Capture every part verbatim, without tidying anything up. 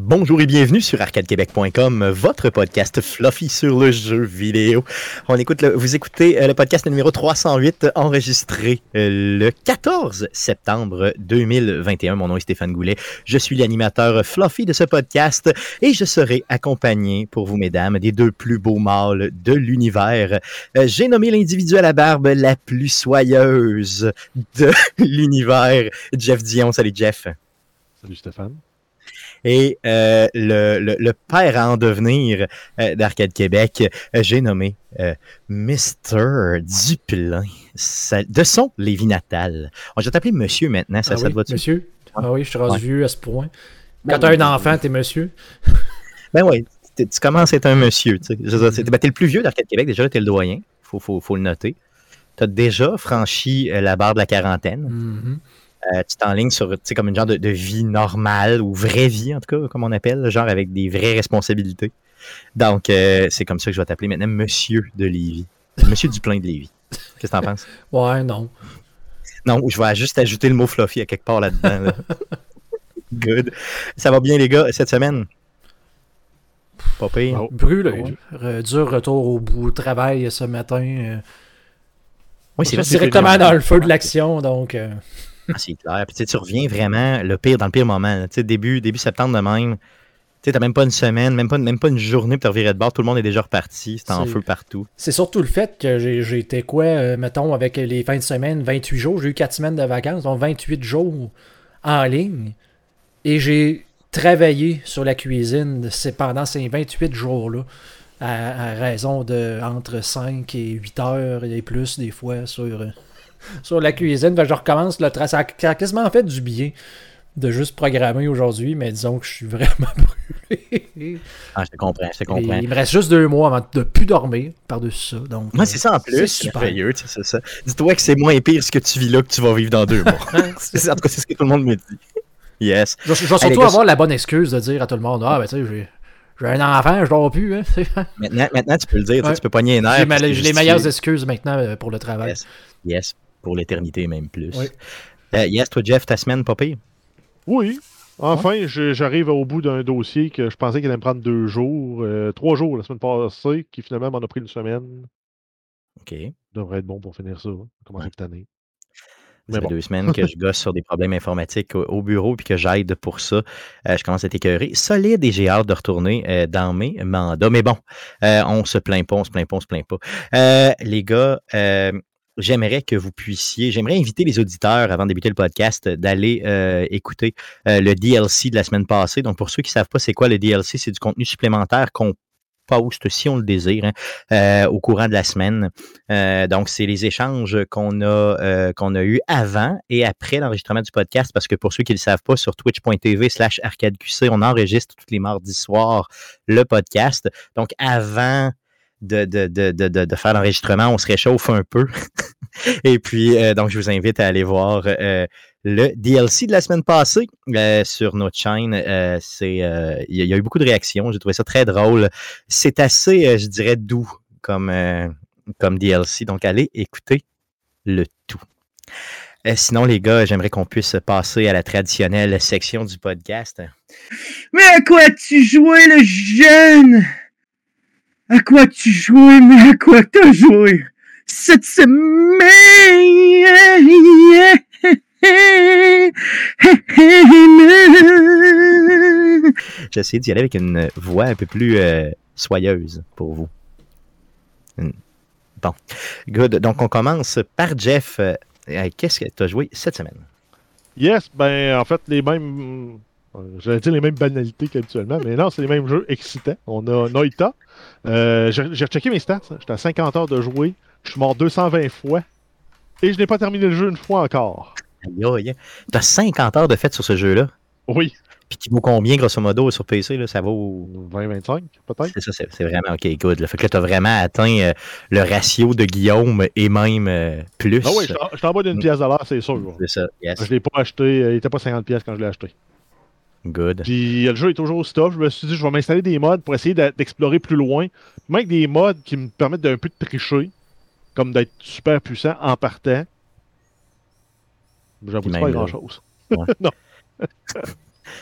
Bonjour et bienvenue sur arcade québec point com, votre podcast fluffy sur le jeu vidéo. On écoute le, vous écoutez le podcast numéro trois cent huit, enregistré le quatorze septembre deux mille vingt et un. Mon nom est Stéphane Goulet. Je suis l'animateur fluffy de ce podcast et je serai accompagné pour vous, mesdames, des deux plus beaux mâles de l'univers. J'ai nommé l'individu à la barbe la plus soyeuse de l'univers, Jeff Dion. Salut, Jeff. Salut, Stéphane. Et euh, le, le, le père en devenir euh, d'Arcade Québec, euh, j'ai nommé euh, mister Duplain, ça, de son Lévis natal. On va t'appeler monsieur maintenant, ça, ah ça oui, te va-tu? Monsieur? Ah oui, je suis rendu ouais. vieux à ce point. Ben, Quand t'as un enfant, t'es monsieur. Ben oui, tu commences à être un monsieur. Tu sais. Mm-hmm. Ben, t'es le plus vieux d'Arcade Québec, déjà, t'es le doyen, faut, faut, faut le noter. T'as déjà franchi euh, la barre de la quarantaine. Mm-hmm. Euh, tu t'enlignes sur, tu sais, comme une genre de, de vie normale ou vraie vie, en tout cas, comme on appelle, genre avec des vraies responsabilités. Donc, euh, c'est comme ça que je vais t'appeler maintenant Monsieur de Lévis. Monsieur Duplain de Lévis. Qu'est-ce que t'en penses? Ouais, non. Non, je vais juste ajouter le mot fluffy à quelque part là-dedans. Là. Good. Ça va bien, les gars, cette semaine? Pas pire. Oh. Brûlé. Ouais. Dur retour au bout de travail ce matin. Euh... Oui, c'est vrai. Directement dans le feu de l'action, donc... Euh... Ah, c'est clair. Puis, tu reviens vraiment le pire, dans le pire moment. Tu sais, début, début septembre de même. Tu sais, t'as même pas une semaine, même pas, même pas une journée pour te revirer de bord. Tout le monde est déjà reparti. C'est en feu partout. C'est surtout le fait que j'ai, j'ai été quoi, euh, mettons, avec les fins de semaine, vingt-huit jours. J'ai eu quatre semaines de vacances, donc vingt-huit jours en ligne. Et j'ai travaillé sur la cuisine pendant ces vingt-huit jours-là. À, à raison de entre cinq et huit heures et plus, des fois, sur... Euh, sur la cuisine. Ben, je recommence le travail. Ça a quasiment fait du bien de juste programmer aujourd'hui, mais disons que je suis vraiment brûlé. Ah, je te comprends, je te comprends. Et il me reste juste deux mois avant de ne plus dormir par-dessus ça. Donc, moi, c'est ça en plus. C'est merveilleux, c'est ça. Dis-toi que c'est moins pire ce que tu vis là que tu vas vivre dans deux mois. c'est, en tout cas, c'est ce que tout le monde me dit. Yes. Je, je vais surtout hey, avoir gars, la bonne excuse de dire à tout le monde, ah, ben tu sais, j'ai... J'ai un enfant, je dors plus. Hein. maintenant, maintenant, tu peux le dire, ouais. Tu peux pogner un air. J'ai, ma, j'ai les meilleures excuses maintenant pour le travail. Yes, yes. Pour l'éternité même plus. Oui. Euh, yes, toi, Jeff, ta semaine, pas pire? Oui. Enfin, ouais. je, j'arrive au bout d'un dossier que je pensais qu'il allait me prendre deux jours, euh, trois jours la semaine passée, qui finalement m'en a pris une semaine. OK. Ça devrait être bon pour finir ça, hein, commencer ouais. cette année. Ça fait bon. deux semaines que je gosse sur des problèmes informatiques au, au bureau puis que j'aide pour ça. Euh, je commence à être écœuré. Solide et j'ai hâte de retourner euh, dans mes mandats. Mais bon, euh, on se plaint pas, on se plaint pas, on se plaint pas. Euh, les gars, euh, j'aimerais que vous puissiez, j'aimerais inviter les auditeurs avant de débuter le podcast d'aller euh, écouter euh, le D L C de la semaine passée. Donc, pour ceux qui ne savent pas c'est quoi le D L C, c'est du contenu supplémentaire qu'on post si on le désire hein, euh, au courant de la semaine. Euh, donc, c'est les échanges qu'on a euh, qu'on a eu avant et après l'enregistrement du podcast parce que pour ceux qui ne le savent pas, sur twitch point t v slash arcade q c, on enregistre tous les mardis soirs le podcast. Donc, avant de, de, de, de, de faire l'enregistrement, on se réchauffe un peu. Et puis, euh, donc, je vous invite à aller voir euh, le D L C de la semaine passée euh, sur notre chaîne. Euh, c'est, euh, il y a eu beaucoup de réactions. J'ai trouvé ça très drôle. C'est assez, euh, je dirais, doux comme, euh, comme D L C. Donc, allez écouter le tout. Euh, sinon, les gars, j'aimerais qu'on puisse passer à la traditionnelle section du podcast. Mais à quoi tu jouais, le jeune? À quoi tu jouais, mais à quoi t'as joué? Cette semaine... J'essaie d'y aller avec une voix un peu plus euh, soyeuse pour vous. Bon, good. Donc, on commence par Jeff. Euh, qu'est-ce que tu as joué cette semaine? Yes, ben, en fait, les mêmes... J'allais dire les mêmes banalités qu'habituellement, mais non, c'est les mêmes jeux excitants. On a Noita. Euh, j'ai, j'ai rechecké mes stats. Hein. J'étais à cinquante heures de jouer. Je suis mort deux cent vingt fois. Et je n'ai pas terminé le jeu une fois encore. Aïe, t'as cinquante heures de fait sur ce jeu-là? Oui. Puis qui vaut combien, grosso modo, sur P C? Là? Ça vaut... vingt vingt-cinq, peut-être? C'est ça, c'est, c'est vraiment OK, good. Là. Fait que là, t'as vraiment atteint euh, le ratio de Guillaume et même euh, plus. Ah oui, je t'en bas d'une pièce de l'heure, c'est sûr. C'est ça, yes. Je l'ai pas acheté, il n'était pas cinquante pièces quand je l'ai acheté. Good. Puis le jeu est toujours stuff. Je me suis dit, je vais m'installer des mods pour essayer d'explorer plus loin. Même avec des mods qui me permettent d'un peu de tricher, comme d'être super puissant en partant. J'avoue pas grand-chose. Ouais. Non.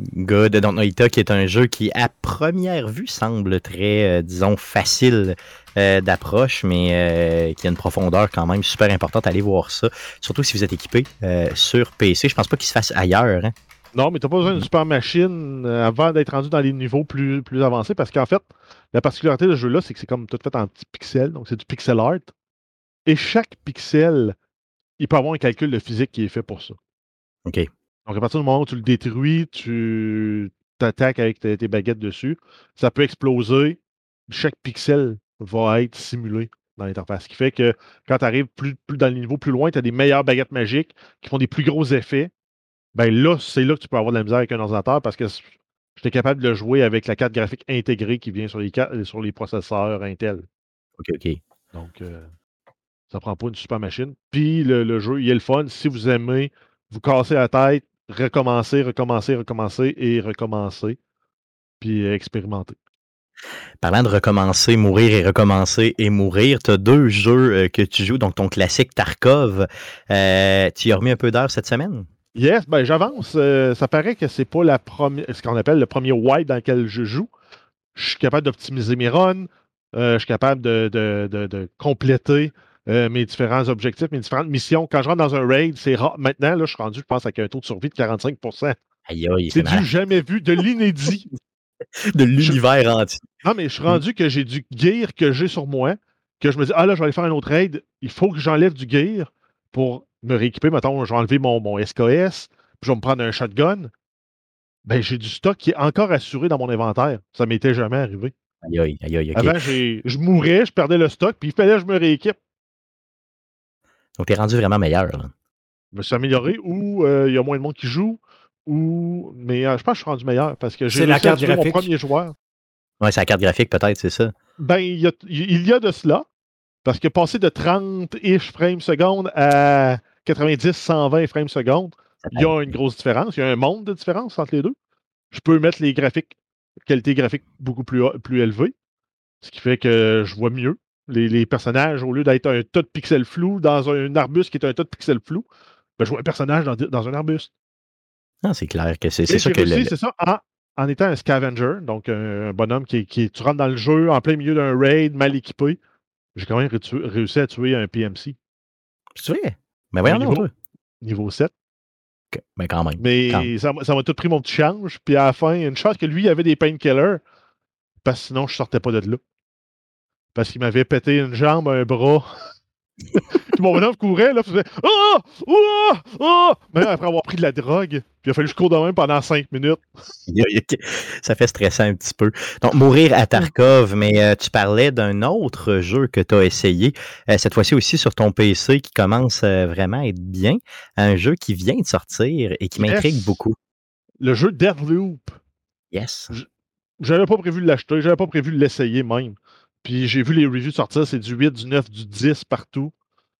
gars de Don't Know Ita, qui est un jeu qui, à première vue, semble très, euh, disons, facile euh, d'approche, mais euh, qui a une profondeur quand même super importante. Allez voir ça, surtout si vous êtes équipé euh, sur P C. Je pense pas qu'il se fasse ailleurs. Hein. Non, mais tu n'as pas besoin d'une super machine euh, avant d'être rendu dans les niveaux plus, plus avancés, parce qu'en fait, la particularité de ce jeu-là, c'est que c'est comme tout fait en petits pixels, donc c'est du pixel art. Et chaque pixel, il peut avoir un calcul de physique qui est fait pour ça. OK. Donc, à partir du moment où tu le détruis, tu t'attaques avec tes, tes baguettes dessus, ça peut exploser. Chaque pixel va être simulé dans l'interface. Ce qui fait que quand tu arrives plus, plus dans le niveau plus loin, tu as des meilleures baguettes magiques qui font des plus gros effets. Ben là, c'est là que tu peux avoir de la misère avec un ordinateur parce que j'étais capable de le jouer avec la carte graphique intégrée qui vient sur les, sur les processeurs Intel. OK, OK. Donc, euh, ça prend pas une super machine. Puis le, le jeu, il est le fun. Si vous aimez vous casser la tête, recommencer, recommencer, recommencer et recommencer. Puis expérimenter. Parlant de recommencer, mourir et recommencer et mourir, tu as deux jeux euh, que tu joues, donc ton classique Tarkov. Euh, tu y as remis un peu d'heures cette semaine? Yes, ben j'avance. Euh, ça paraît que c'est pas la première, ce qu'on appelle le premier wipe dans lequel je joue. Je suis capable d'optimiser mes runs. Euh, je suis capable de, de, de, de compléter euh, mes différents objectifs, mes différentes missions. Quand je rentre dans un raid, c'est rare. Maintenant, là, je suis rendu, je pense, avec un taux de survie de quarante-cinq pour cent. Aïe, aïe, c'est du jamais vu, de l'inédit. de l'univers je... entier. Non, mais je suis rendu mmh. que j'ai du gear que j'ai sur moi, que je me dis, ah là, je vais aller faire un autre raid. Il faut que j'enlève du gear pour me rééquiper. Mettons, je vais enlever mon, mon S K S, puis je vais me prendre un shotgun. Ben, j'ai du stock qui est encore assuré dans mon inventaire. Ça m'était jamais arrivé. Aïe, aïe, aïe, aïe. Okay. Avant, j'ai, je mourais, je perdais le stock, puis il fallait que je me rééquipe. Donc, t'es rendu vraiment meilleur. Là. Je me suis amélioré, ou il euh, y a moins de monde qui joue, ou. Mais euh, je pense que je suis rendu meilleur parce que j'ai c'est la carte graphique. mon premier joueur. Oui, c'est la carte graphique, peut-être, c'est ça. Ben, il y a, il y a de cela. Parce que passer de trente-ish frames secondes à quatre-vingt-dix, cent vingt frames secondes, il y a une grosse différence. Il y a un monde de différence entre les deux. Je peux mettre les graphiques, qualité graphique beaucoup plus, plus élevée, ce qui fait que je vois mieux. Les, les personnages, au lieu d'être un tas de pixels flous dans un, un arbuste qui est un tas de pixels flous, ben, je vois un personnage dans, dans un arbuste. Ah, c'est clair que c'est, c'est ça que réussi, le... c'est ça, en, en étant un scavenger, donc un, un bonhomme qui, qui tu rentres dans le jeu en plein milieu d'un raid mal équipé. J'ai quand même rétu- réussi à tuer un P M C. C'est vrai? Mais voyons niveau, toi. Niveau sept. Okay. Mais quand même. Mais quand même. Ça, ça m'a tout pris mon petit change. Puis à la fin, une chance que lui avait des painkillers. Parce que sinon, je sortais pas de là. Parce qu'il m'avait pété une jambe, un bras. Puis mon bonhomme courait, là, faisait Ah! Oh! Oh! Même après avoir pris de la drogue. Puis il a fallu que je cours de même pendant cinq minutes. Ça fait stresser un petit peu. Donc, mourir à Tarkov, mais euh, tu parlais d'un autre jeu que tu as essayé, euh, cette fois-ci aussi sur ton P C, qui commence euh, vraiment à être bien. Un jeu qui vient de sortir et qui yes. m'intrigue beaucoup. Le jeu Deathloop. Yes. J'avais pas prévu de l'acheter, j'avais pas prévu de l'essayer même. Puis j'ai vu les reviews sortir, c'est du huit, du neuf, du dix partout.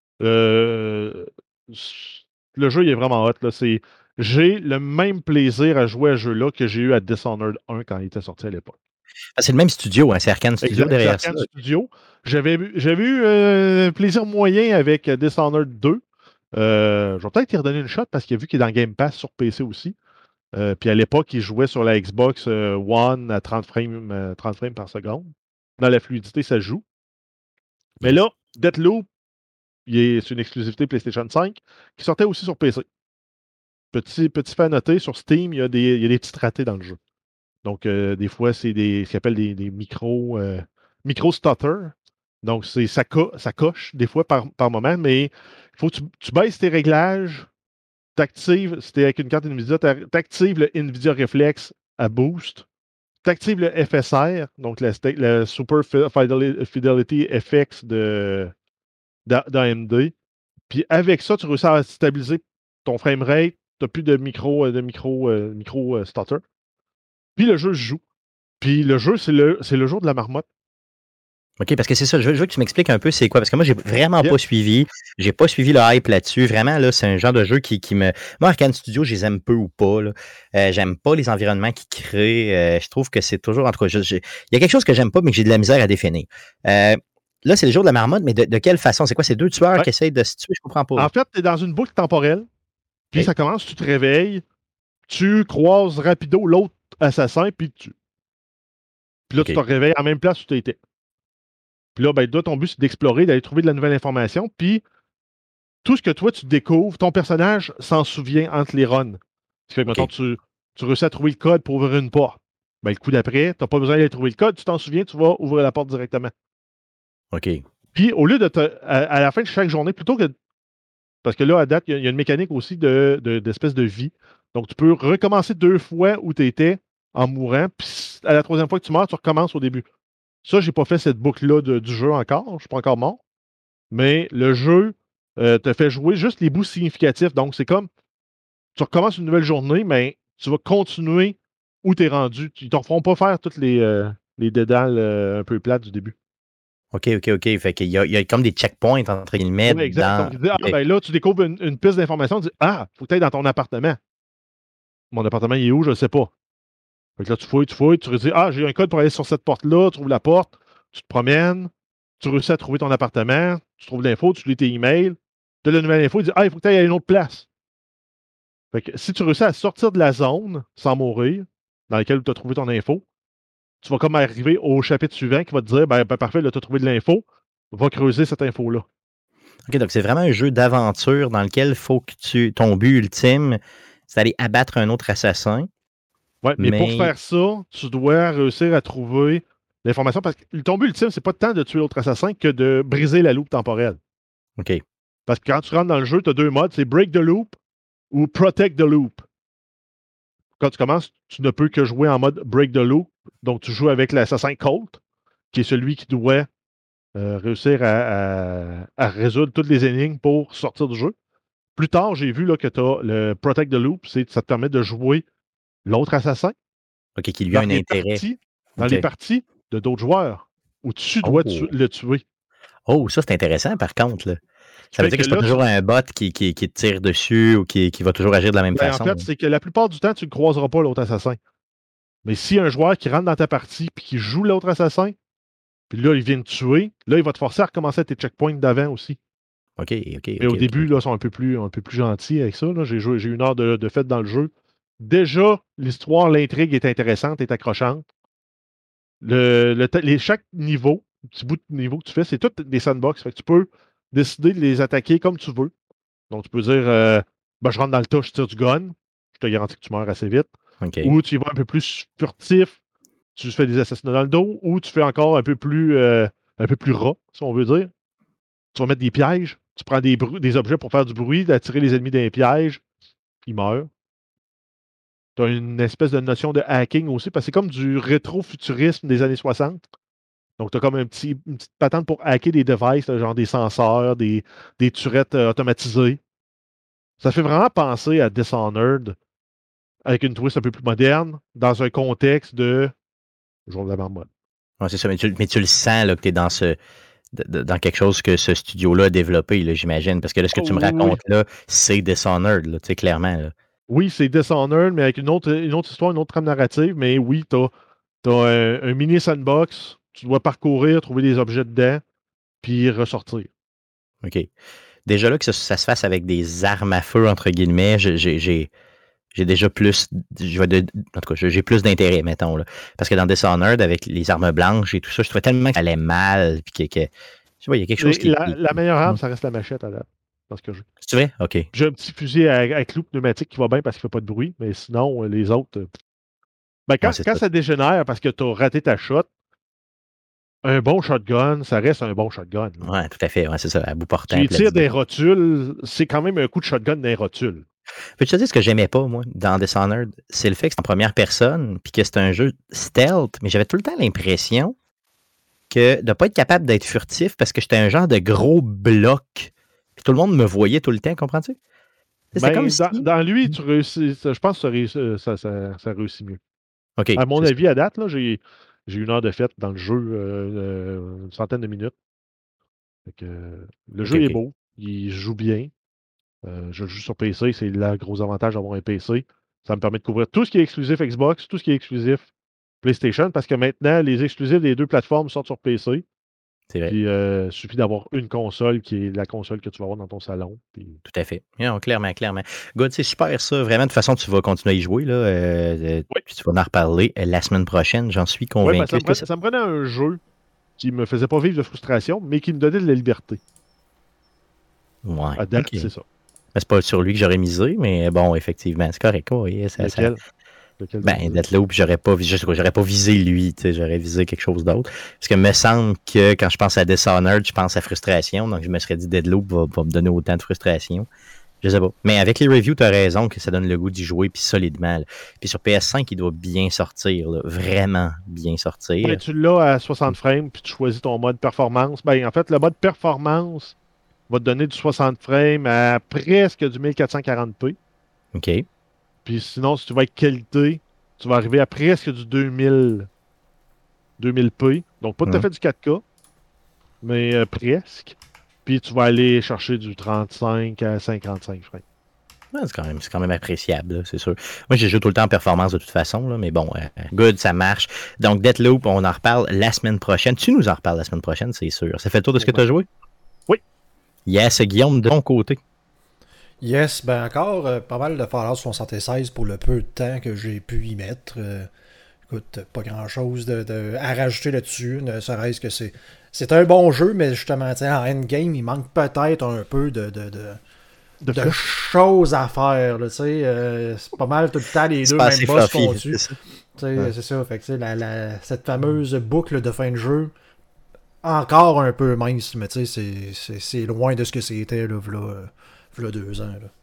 Euh, le jeu, il est vraiment hot. Là. C'est, j'ai le même plaisir à jouer à ce jeu-là que j'ai eu à Dishonored un quand il était sorti à l'époque. Ah, c'est le même studio, hein, c'est Arkane Studio exact, derrière c'est Arkane ça. Studio. J'avais, j'avais eu un euh, plaisir moyen avec Dishonored deux. Euh, je vais peut-être y redonner une shot parce qu'il a vu qu'il est dans Game Pass sur P C aussi. Euh, puis à l'époque, il jouait sur la Xbox euh, One à trente frames, euh, trente frames par seconde. Dans la fluidité, ça joue. Mais là, Deathloop, il est, c'est une exclusivité PlayStation cinq qui sortait aussi sur P C. Petit, petit fait à noter, sur Steam, il y a des, il y a des petits ratés dans le jeu. Donc, euh, des fois, c'est des, ce qu'on appelle des, des micro, euh, micro stutter. Donc, c'est, ça, co- ça coche des fois par, par moment, mais il faut que tu, tu baisses tes réglages. T'actives, c'était avec une carte NVIDIA, t'actives le NVIDIA Reflex à boost, t'actives le F S R, donc le, le Super Fidelity F X de, d'A M D. Puis avec ça, tu réussis à stabiliser ton framerate, t'as plus de micro, de micro, euh, micro euh, stutter. Puis le jeu joue. Puis le jeu, c'est le, c'est le jour de la marmotte. OK, parce que c'est ça, je veux, je veux que tu m'expliques un peu c'est quoi, parce que moi, j'ai vraiment yeah. pas suivi, j'ai pas suivi le hype là-dessus. Vraiment, là, c'est un genre de jeu qui, qui me... Moi, Arkane Studio, je les aime peu ou pas, là. Euh, j'aime pas les environnements qu'ils créent. Euh, je trouve que c'est toujours... En tout cas, je, je... il y a quelque chose que j'aime pas, mais que j'ai de la misère à définir. Euh, là, c'est le jour de la marmotte, mais de, de quelle façon? C'est quoi, ces deux tueurs ouais. qui essayent de se tuer? Je comprends pas. En fait, t'es dans une boucle temporelle, puis okay. ça commence, tu te réveilles, tu croises rapido l'autre assassin, puis tu tues. Puis là, Ok. tu te réveilles à la même place où tu étais. Puis là, ben, toi, ton but, c'est d'explorer, d'aller trouver de la nouvelle information, puis tout ce que toi, tu découvres, ton personnage s'en souvient entre les runs. Parce que, Ok. mettons, tu, tu réussis à trouver le code pour ouvrir une porte. Ben, le coup d'après, tu n'as pas besoin d'aller trouver le code, tu t'en souviens, tu vas ouvrir la porte directement. OK. Puis, au lieu de te. À, à la fin de chaque journée, plutôt que. Parce que là, à date, il y, y, a une mécanique aussi de, de, d'espèce de vie. Donc, tu peux recommencer deux fois où tu étais en mourant, puis à la troisième fois que tu meurs, tu recommences au début. Ça, j'ai pas fait cette boucle-là de- du jeu encore. Je suis pas encore mort. Mais le jeu euh, te fait jouer juste les bouts significatifs. Donc, c'est comme tu recommences une nouvelle journée, mais tu vas continuer où tu es rendu. Ils ne te feront pas faire toutes les, euh, les dédales euh, un peu plates du début. OK, OK, OK. Fait qu'il y a, il y a comme des checkpoints, entre guillemets, Oui, exact. dans. Donc, il dit, ah, OK. ben là, tu découvres une, une piste d'information. Tu dis, ah, faut que tu ailles dans ton appartement. Mon appartement, il est où? Je ne sais pas. Fait que là, tu fouilles, tu fouilles, tu dis, ah, j'ai un code pour aller sur cette porte-là, tu trouves la porte, tu te promènes, tu réussis à trouver ton appartement, tu trouves l'info, tu lis tes emails, tu as la nouvelle info, il dit, ah, il faut que tu ailles à une autre place. Fait que si tu réussis à sortir de la zone sans mourir, dans laquelle tu as trouvé ton info, tu vas comme arriver au chapitre suivant qui va te dire, ben, ben parfait, là, tu as trouvé de l'info, va creuser cette info-là. OK, donc c'est vraiment un jeu d'aventure dans lequel il faut que tu. Ton but ultime, c'est d'aller abattre un autre assassin. Ouais, mais pour Mais. faire ça, tu dois réussir à trouver l'information parce que ton but ultime, c'est pas tant de tuer l'autre assassin que de briser la loupe temporelle. OK. Parce que quand tu rentres dans le jeu, tu as deux modes, c'est Break the Loop ou Protect the Loop. Quand tu commences, tu ne peux que jouer en mode Break the Loop. Donc, tu joues avec l'assassin Colt, qui est celui qui doit euh, réussir à, à- à résoudre toutes les énigmes pour sortir du jeu. Plus tard, j'ai vu là, que tu as le Protect the Loop, c'est, ça te permet de jouer l'autre assassin OK, qui lui a dans un les intérêt. parties, dans OK. les parties de d'autres joueurs où tu dois tu- Oh. le tuer. Oh, ça, c'est intéressant, par contre, là. Ça veut Fait dire que que c'est pas là, tu- toujours un bot qui, qui, qui te tire dessus ou qui, qui va toujours agir de la même ben, en façon. fait, c'est que la plupart du temps, tu ne croiseras pas l'autre assassin. Mais si un joueur qui rentre dans ta partie puis qui joue l'autre assassin, puis là, il vient te tuer, là, il va te forcer à recommencer tes checkpoints d'avant aussi. OK, OK, Mais OK, au OK. début, là, ils sont un peu plus, un peu plus gentils avec ça. là. J'ai joué, j'ai une heure de, de fête dans le jeu. Déjà, l'histoire, l'intrigue est intéressante, est accrochante. Le, le, les, chaque niveau, petit bout de niveau que tu fais, c'est toutes des sandbox. Fait que tu peux décider de les attaquer comme tu veux. Donc, tu peux dire, euh, ben, je rentre dans le tas, je tire du gun. Je te garantis que tu meurs assez vite. OK. Ou tu y vas un peu plus furtif, tu fais des assassinats dans le dos, ou tu fais encore un peu plus, euh, un peu plus ras, si on veut dire. Tu vas mettre des pièges, tu prends des, des objets pour faire du bruit, d'attirer les ennemis dans les pièges, ils meurent. Tu as une espèce de notion de hacking aussi, parce que c'est comme du rétro-futurisme des années soixante. Donc, tu as comme un petit, une petite patente pour hacker des devices, là, genre des senseurs, des, des turettes euh, automatisées. Ça fait vraiment penser à Dishonored, avec une twist un peu plus moderne, dans un contexte de jour de l'avant-mode. Ouais, c'est ça, mais tu, mais tu le sens là, que tu es dans ce. Dans quelque chose que ce studio-là a développé, là, j'imagine. Parce que là, ce que Oh, tu me oui, oui. racontes là, c'est Dishonored, là, tu sais, clairement. Là. Oui, c'est Dishonored, mais avec une autre, une autre histoire, une autre trame narrative. Mais oui, tu as, un, un mini sandbox. Tu dois parcourir, trouver des objets dedans, puis ressortir. OK. Déjà là, que ça, ça se fasse avec des armes à feu, entre guillemets, j'ai, j'ai, j'ai déjà plus. Je vais de, en tout cas, j'ai plus d'intérêt, mettons. Là. Parce que dans Dishonored, avec les armes blanches et tout ça, je trouvais tellement que ça allait mal. Puis que, que, je sais pas, il y a quelque chose Et qui. la, qui- la meilleure arme, ça reste la machette à date. Parce que j'ai. C'est vrai? OK. J'ai un petit fusil à, à clou pneumatique qui va bien parce qu'il ne fait pas de bruit, mais sinon, euh, les autres. euh, Ben, quand, Ouais, c'est quand ça. ça dégénère parce que tu as raté ta shot, un bon shotgun, ça reste un bon shotgun. là. Ouais, tout à fait. Ouais, c'est ça. À bout portant. Tu y puis la tires dizaine. des rotules, c'est quand même un coup de shotgun d'un rotule. Peux-tu te dire ce que j'aimais pas, moi, dans Dishonored? C'est le fait que c'est en première personne, puis que c'est un jeu stealth, mais j'avais tout le temps l'impression que de ne pas être capable d'être furtif parce que j'étais un genre de gros bloc. Puis tout le monde me voyait tout le temps, comprends-tu? C'était Ben, comme dans, si. dans lui, tu réussis, je pense que ça, réussit- ça, ça- ça réussit mieux. OK. À mon c'est ça. avis, à date, là, j'ai, j'ai une heure de fête dans le jeu, euh, euh, une centaine de minutes. Fait que, euh, le OK, jeu est OK. beau, il joue bien. Euh, je joue sur P C, c'est le gros avantage d'avoir un P C. Ça me permet de couvrir tout ce qui est exclusif Xbox, tout ce qui est exclusif PlayStation, parce que maintenant, les exclusifs des deux plateformes sortent sur P C. C'est vrai. Puis, euh, il suffit d'avoir une console qui est la console que tu vas avoir dans ton salon. Puis... Tout à fait. Non, clairement, clairement. Good, c'est super ça. Vraiment, de toute façon, tu vas continuer à y jouer. Là, euh, oui. Puis tu vas en reparler la semaine prochaine, j'en suis convaincu. Oui, ben, ça, me prenait, ça me prenait un jeu qui me faisait pas vivre de frustration, mais qui me donnait de la liberté. Ouais. À date, okay. c'est ça. Ben, c'est pas sur lui que j'aurais misé, mais bon, effectivement, c'est correct. Oui, ça, Lequel? Ça... Lequel ben, Deathloop, j'aurais pas, j'aurais pas visé lui, j'aurais visé quelque chose d'autre. Parce que me semble que quand je pense à Dishonored, je pense à frustration, donc je me serais dit Deathloop va, va me donner autant de frustration. Je sais pas. Mais avec les reviews, tu as raison que ça donne le goût d'y jouer, puis solidement. Là. Puis sur P S cinq, il doit bien sortir, là. Vraiment bien sortir. Ben, tu l'as à soixante frames, puis tu choisis ton mode performance. Ben, en fait, le mode performance va te donner du soixante frames à presque du mille quatre cent quarante p. OK. Puis sinon, si tu vas avec qualité, tu vas arriver à presque du deux mille p. Donc, pas tout à fait du quatre K, mais euh, presque. Puis tu vas aller chercher du trente-cinq à cinquante-cinq frames. Ouais, c'est, quand même, c'est quand même appréciable, c'est sûr. Moi, j'ai joué tout le temps en performance de toute façon, là, mais bon, euh, good, ça marche. Donc, Deathloop, on en reparle la semaine prochaine. Tu nous en reparles la semaine prochaine, c'est sûr. Ça fait le tour de ce que tu as joué? Oui. Yes, Guillaume, de ton côté. Yes, ben encore euh, pas mal de Fallout soixante-seize pour le peu de temps que j'ai pu y mettre. Euh, écoute, pas grand-chose de, de, à rajouter là-dessus, ne serait-ce que c'est c'est un bon jeu, mais justement, en endgame, il manque peut-être un peu de, de, de, de, de choses à faire. Là, euh, c'est pas mal tout le temps les deux mêmes boss qu'on tue. C'est, ouais. c'est ça, fait que, la, la, cette fameuse boucle de fin de jeu, encore un peu mince, mais c'est, c'est, c'est loin de ce que c'était là, là, là deux ans. Là.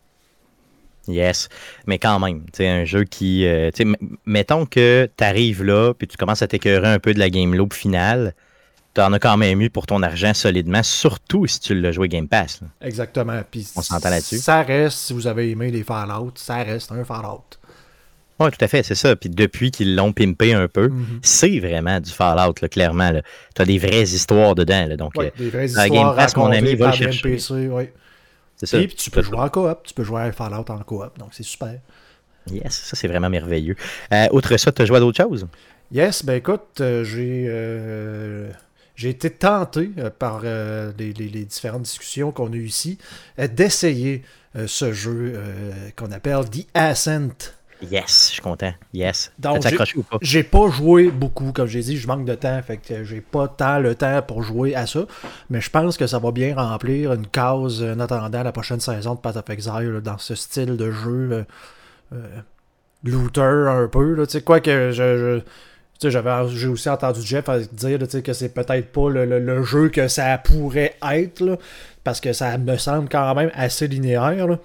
Yes, mais quand même, tu sais, un jeu qui... Euh, m- mettons que tu arrives là, puis tu commences à t'écœurer un peu de la game loop finale, tu en as quand même eu pour ton argent solidement, surtout si tu l'as joué Game Pass. Là. Exactement. Puis on s'entend là-dessus. Ça reste, si vous avez aimé les Fallout, ça reste un Fallout. Oui, tout à fait, c'est ça. Puis depuis qu'ils l'ont pimpé un peu, mm-hmm. c'est vraiment du Fallout, là, clairement. Tu as des vraies histoires dedans. Là, donc, oui, euh, des vraies histoires Game Pass, mon ami va le chercher. N P C, oui. C'est ça. Et puis tu peux jouer en coop, tu peux jouer à Fallout en coop, donc c'est super. Yes, ça c'est vraiment merveilleux. Euh, outre ça, tu as joué à d'autres choses? Yes, ben écoute, euh, j'ai... Euh... J'ai été tenté euh, par euh, les, les, les différentes discussions qu'on a eues ici euh, d'essayer euh, ce jeu euh, qu'on appelle The Ascent. Yes, je suis content. Yes. Donc, j'ai, ou pas? j'ai pas joué beaucoup, comme j'ai dit, je manque de temps, fait que j'ai pas tant le temps pour jouer à ça, mais je pense que ça va bien remplir une case en attendant la prochaine saison de Path of Exile là, dans ce style de jeu euh, euh, looter un peu. Tu sais, quoi que je... je Tu sais, j'avais, j'ai aussi entendu Jeff dire là, que c'est peut-être pas le, le, le jeu que ça pourrait être, là, parce que ça me semble quand même assez linéaire. Là.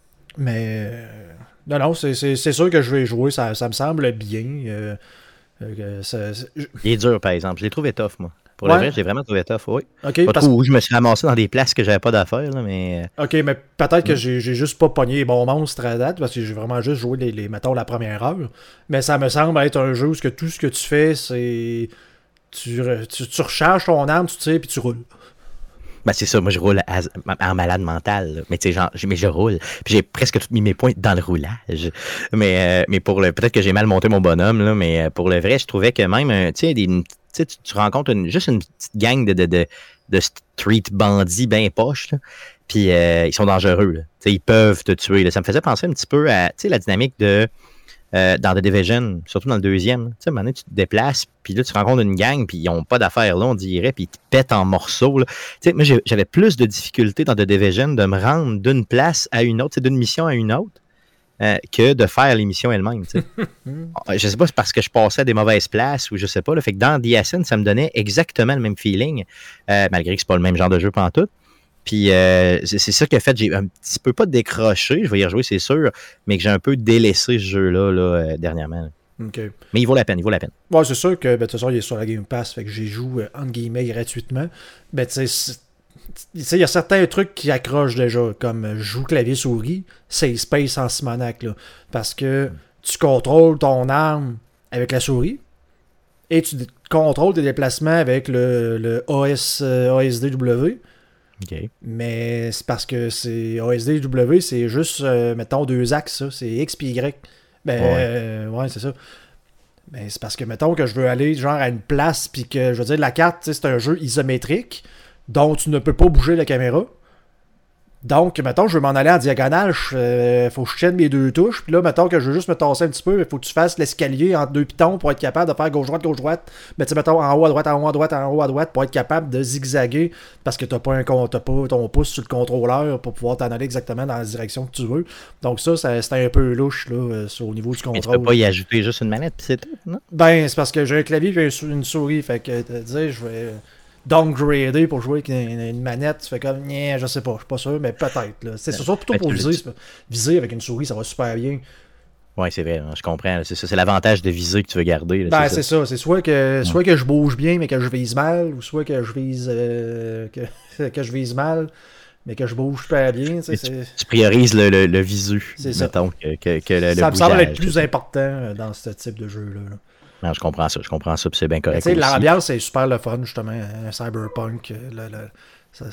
Mais euh, non, non, c'est, c'est, c'est sûr que je vais jouer, ça, ça me semble bien. Euh, euh, ça, c'est... Il est dur, par exemple. Je l'ai trouvé tough, moi. Pour ouais. le vrai, je l'ai vraiment trouvé tough, oui. Okay, pas parce... trop où je me suis ramassé dans des places que j'avais pas d'affaires, là, mais... OK, mais peut-être que j'ai, j'ai juste pas pogné les bons monstres à date, parce que j'ai vraiment juste joué, les, les mettons, la première heure. Mais ça me semble être un jeu où que tout ce que tu fais, c'est... Tu, tu, tu recharges ton arme, tu tires, puis tu roules. Ben c'est ça, moi je roule à, en malade mental, là. Mais tu sais, genre, mais je roule. Puis j'ai presque tous mis mes points dans le roulage. Mais, euh, mais pour le... Peut-être que j'ai mal monté mon bonhomme, là, mais pour le vrai, je trouvais que même, tu sais, des... Tu, tu rencontres une, juste une petite gang de, de, de, de street bandits bien poches, là. Puis euh, ils sont dangereux. Là. Ils peuvent te tuer. Là. Ça me faisait penser un petit peu à la dynamique de euh, dans The Division, surtout dans le deuxième. À un moment donné, tu te déplaces, puis là, tu rencontres une gang, puis ils n'ont pas d'affaires là, on dirait, puis ils te pètent en morceaux. Là. Moi, j'ai, j'avais plus de difficultés dans The Division de me rendre d'une place à une autre, d'une mission à une autre. Euh, que de faire l'émission elle-même. Je sais pas, c'est parce que je passais à des mauvaises places ou je sais pas. Là, fait que dans The Ascent, ça me donnait exactement le même feeling, euh, malgré que c'est pas le même genre de jeu pantoute. Puis euh, c'est, c'est ça qui a fait, j'ai un petit peu pas décroché, je vais y rejouer, c'est sûr, mais que j'ai un peu délaissé ce jeu-là là, euh, dernièrement. Là. Okay. Mais il vaut la peine, il vaut la peine. Ouais, c'est sûr que, ben, de toute façon, il est sur la Game Pass, fait que j'y joue, euh, entre guillemets, gratuitement. Ben, tu sais, il y a certains trucs qui accrochent déjà, comme joue clavier-souris, c'est Space en Simonac, là, parce que tu contrôles ton arme avec la souris et tu d- contrôles tes déplacements avec le, le A S, euh, A S D W. Okay. Mais c'est parce que c'est A S D W, c'est juste, euh, mettons, deux axes, ça, c'est X puis Y. Ben, ouais, euh, ouais c'est ça. Mais c'est parce que, mettons, que je veux aller genre à une place, puis que, je veux dire, la carte, c'est un jeu isométrique, dont tu ne peux pas bouger la caméra. Donc, mettons, je veux m'en aller en diagonale, il euh, faut que je tienne mes deux touches, puis là, mettons que je veux juste me tasser un petit peu, il faut que tu fasses l'escalier entre deux pitons pour être capable de faire gauche-droite, gauche-droite, mais tu sais, mettons, en haut à droite, en haut à droite, en haut à droite, pour être capable de zigzaguer, parce que t'as pas, un, t'as pas ton pouce sur le contrôleur pour pouvoir t'en aller exactement dans la direction que tu veux. Donc ça, ça c'était un peu louche, là, euh, au niveau du contrôle. Mais tu peux pas y ajouter juste une manette, puis c'est tout, non? Ben, c'est parce que j'ai un clavier et une souris, fait que, tu sais, je vais... downgrader pour jouer avec une, une manette, tu fais comme, yeah, je sais pas, je suis pas sûr, mais peut-être. Là. C'est surtout plutôt pour viser. Viser avec une souris, ça va super bien. Oui, c'est vrai, je comprends. C'est ça, c'est l'avantage de viser que tu veux garder. Là, ben, c'est c'est ça. ça. C'est soit que, soit que je bouge bien, mais que je vise mal, ou soit que je vise euh, que, que je vise mal, mais que je bouge super bien. Tu, tu, tu priorises le, le, le visu, mettons, que, que, que le, ça le me semble être plus important dans ce type de jeu-là. Là. Non, je comprends ça, je comprends ça, puis c'est bien correct. Tu sais, l'ambiance est super le fun, justement, un cyberpunk. Le, le, ça,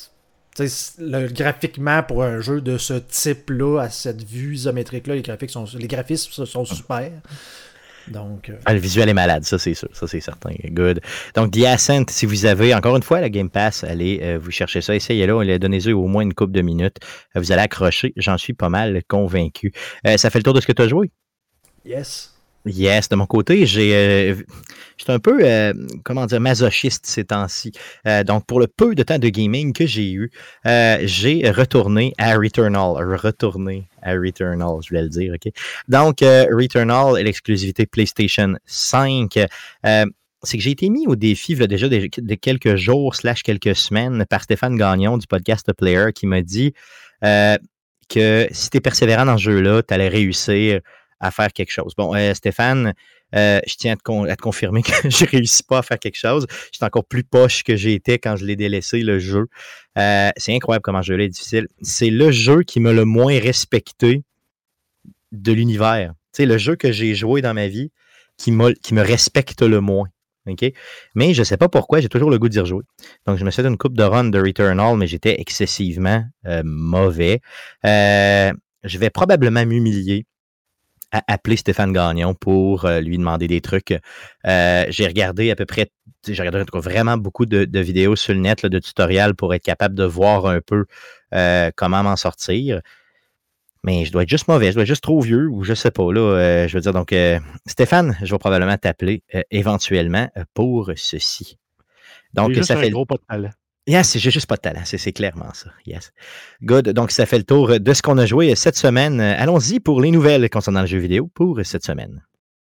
le, graphiquement, pour un jeu de ce type-là, à cette vue isométrique-là, les graphiques sont, les graphismes sont super. Donc, euh... ah, le visuel est malade, ça c'est sûr, ça c'est certain. Good. Donc, The Ascent, si vous avez, encore une fois, la Game Pass, allez euh, vous cherchez ça, essayez-le, donnez-y au moins une couple de minutes. Euh, vous allez accrocher, j'en suis pas mal convaincu. Euh, ça fait le tour de ce que tu as joué? Yes. Yes, de mon côté, j'ai, euh, j'étais un peu, euh, comment dire, masochiste ces temps-ci. Euh, donc, pour le peu de temps de gaming que j'ai eu, euh, j'ai retourné à Returnal. Retourné à Returnal, je voulais le dire, OK? Donc, euh, Returnal est l'exclusivité PlayStation cinq. Euh, c'est que j'ai été mis au défi là, déjà de, de quelques jours slash quelques semaines par Stéphane Gagnon du podcast The Player qui m'a dit euh, que si tu es persévérant dans ce jeu-là, tu allais réussir à faire quelque chose. Bon, euh, Stéphane, euh, je tiens à te, con- à te confirmer que je réussis pas à faire quelque chose. J'étais encore plus poche que j'ai été quand je l'ai délaissé, le jeu. Euh, c'est incroyable comment ce jeu-là est difficile. C'est le jeu qui m'a le moins respecté de l'univers. Tu sais, le jeu que j'ai joué dans ma vie qui, m'a, qui me respecte le moins. Okay? Mais je ne sais pas pourquoi, j'ai toujours le goût d'y rejouer. Donc, je me suis fait une coupe de run de Returnal, mais j'étais excessivement euh, mauvais. Euh, je vais probablement m'humilier à appeler Stéphane Gagnon pour euh, lui demander des trucs. Euh, j'ai regardé à peu près, j'ai regardé en tout cas, vraiment beaucoup de, de vidéos sur le net, là, de tutoriels pour être capable de voir un peu euh, comment m'en sortir. Mais je dois être juste mauvais, je dois être juste trop vieux ou je sais pas. Là, euh, je veux dire, donc, euh, Stéphane, je vais probablement t'appeler euh, éventuellement pour ceci. Donc, juste ça un fait. gros pas de talent. Yes, j'ai juste pas de talent, c'est, c'est clairement ça. Yes. Good. Donc, ça fait le tour de ce qu'on a joué cette semaine. Allons-y pour les nouvelles concernant le jeu vidéo pour cette semaine.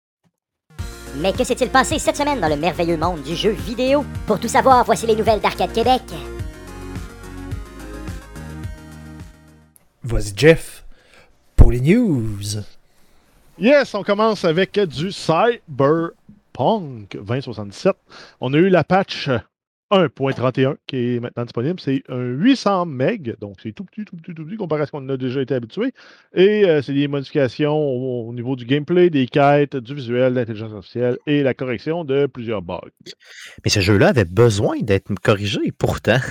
Mais que s'est-il passé cette semaine dans le merveilleux monde du jeu vidéo? Pour tout savoir, voici les nouvelles d'Arcade Québec. Vas-y, Jeff, pour les news. Yes, on commence avec du Cyberpunk vingt soixante-dix-sept. On a eu la patch un point trente et un qui est maintenant disponible. C'est un huit cents mégas, donc c'est tout petit, tout petit, tout petit comparé à ce qu'on a déjà été habitué. Et euh, c'est des modifications au, au niveau du gameplay, des quêtes, du visuel, de l'intelligence artificielle et la correction de plusieurs bugs. Mais ce jeu-là avait besoin d'être corrigé, pourtant.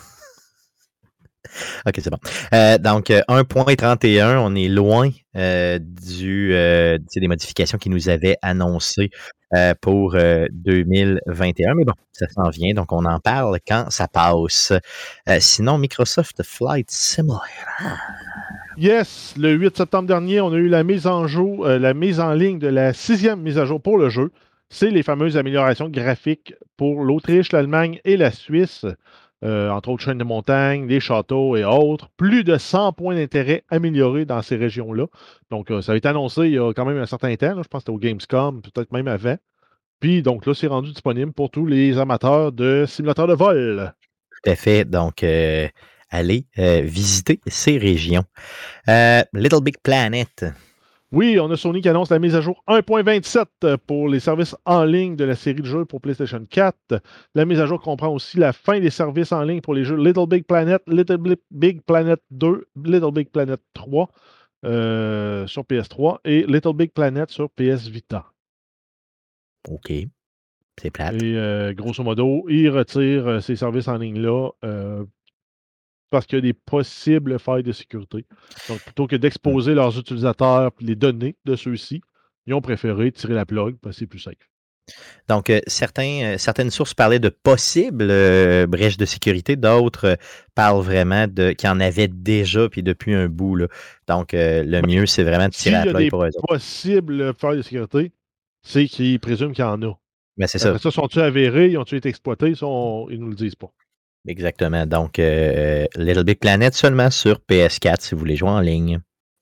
OK, c'est bon. Euh, donc, un point trente et un, on est loin euh, du, euh, des modifications qu'ils nous avaient annoncées euh, pour euh, deux mille vingt et un. Mais bon, ça s'en vient, donc on en parle quand ça passe. Euh, sinon, Microsoft Flight Simulator. Yes, le huit septembre dernier, on a eu la mise en jour, euh, la mise en ligne de la sixième mise à jour pour le jeu. C'est les fameuses améliorations graphiques pour l'Autriche, l'Allemagne et la Suisse. Euh, entre autres chaînes de montagne, des châteaux et autres. Plus de cent points d'intérêt améliorés dans ces régions-là. Donc, euh, ça a été annoncé il y a quand même un certain temps. Là, je pense que c'était au Gamescom, peut-être même avant. Puis, donc là, c'est rendu disponible pour tous les amateurs de simulateurs de vol. Tout à fait. Donc, euh, allez euh, visiter ces régions. Euh, Little Big Planet. Oui, on a Sony qui annonce la mise à jour un point vingt-sept pour les services en ligne de la série de jeux pour PlayStation quatre. La mise à jour comprend aussi la fin des services en ligne pour les jeux Little Big Planet, Little Big Planet deux, Little Big Planet trois euh, sur P S trois et Little Big Planet sur P S Vita. OK. C'est plate. Et euh, grosso modo, ils retirent ces services en ligne-là euh, parce qu'il y a des possibles failles de sécurité. Donc, plutôt que d'exposer leurs utilisateurs et les données de ceux-ci, ils ont préféré tirer la plug parce que c'est plus safe. Donc, euh, certains, euh, certaines sources parlaient de possibles euh, brèches de sécurité, d'autres euh, parlent vraiment de qu'il y en avait déjà puis depuis un bout. Là. Donc, euh, le mieux, c'est vraiment de tirer S'il y la a plug des pour eux autres. possibles failles de sécurité, c'est qu'ils présument qu'il y en a. Mais c'est ça. Après ça, sont-ils avérés, ils ont-ils été exploités? Ça, on- ils ne nous le disent pas. Exactement. Donc, euh, Little Big Planet seulement sur P S quatre si vous voulez jouer en ligne.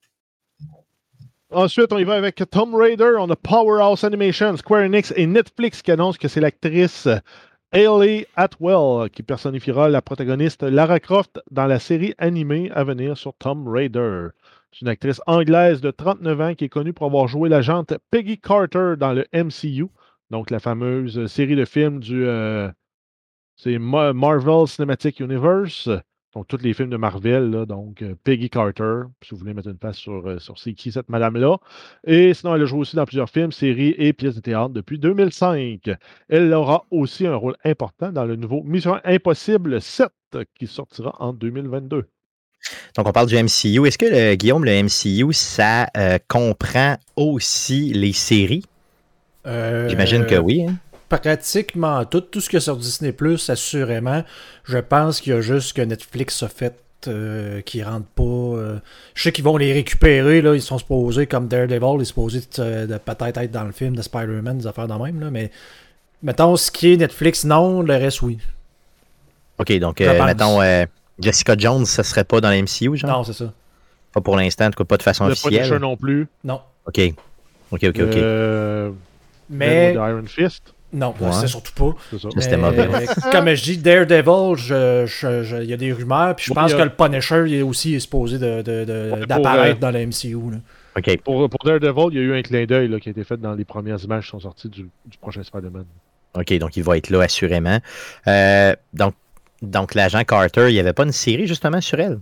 Ensuite, on y va avec Tomb Raider. On a Powerhouse Animation, Square Enix et Netflix qui annoncent que c'est l'actrice Hayley Atwell qui personnifiera la protagoniste Lara Croft dans la série animée à venir sur Tomb Raider. C'est une actrice anglaise de trente-neuf ans qui est connue pour avoir joué l'agente Peggy Carter dans le M C U, donc la fameuse série de films du euh, c'est Ma- Marvel Cinematic Universe. Donc, tous les films de Marvel, là, donc euh, Peggy Carter, si vous voulez mettre une face sur, euh, sur c'est qui cette madame-là. Et sinon, elle a joué aussi dans plusieurs films, séries et pièces de théâtre depuis deux mille cinq. Elle aura aussi un rôle important dans le nouveau Mission Impossible sept qui sortira en deux mille vingt-deux. Donc, on parle du M C U. Est-ce que, le, Guillaume, le M C U, ça euh, comprend aussi les séries? Euh, J'imagine que oui. Hein? Pratiquement tout. Tout ce qu'il y a sur Disney plus, assurément. Je pense qu'il y a juste que Netflix a fait euh, qui ne rentrent pas. Euh, je sais qu'ils vont les récupérer. Là, ils sont supposés, comme Daredevil, ils sont supposés de, de peut-être être dans le film de Spider-Man, des affaires de même. Là, mais mettons, ce qui est Netflix, non. Le reste, oui. OK, donc, euh, mettons, euh, Jessica Jones, ça serait pas dans le M C U, genre? Non, c'est ça. Pas pour l'instant, en tout cas, pas de façon Le officielle. Punisher non plus. Non. OK. OK, OK, OK. Euh, mais... de Iron Fist. Non, ouais. c'est surtout pas. C'est ça. Mais, c'était mauvais. Comme je dis, Daredevil, je, je, je, il y a des rumeurs, puis je bon, pense a... que le Punisher il est aussi supposé de, de, de, ouais, d'apparaître euh... dans le M C U. Là. OK. Pour, pour Daredevil, il y a eu un clin d'œil là, qui a été fait dans les premières images qui sont sorties du, du prochain Spider-Man. OK, donc il va être là assurément. Euh, donc, donc l'agent Carter, il n'y avait pas une série justement sur elle?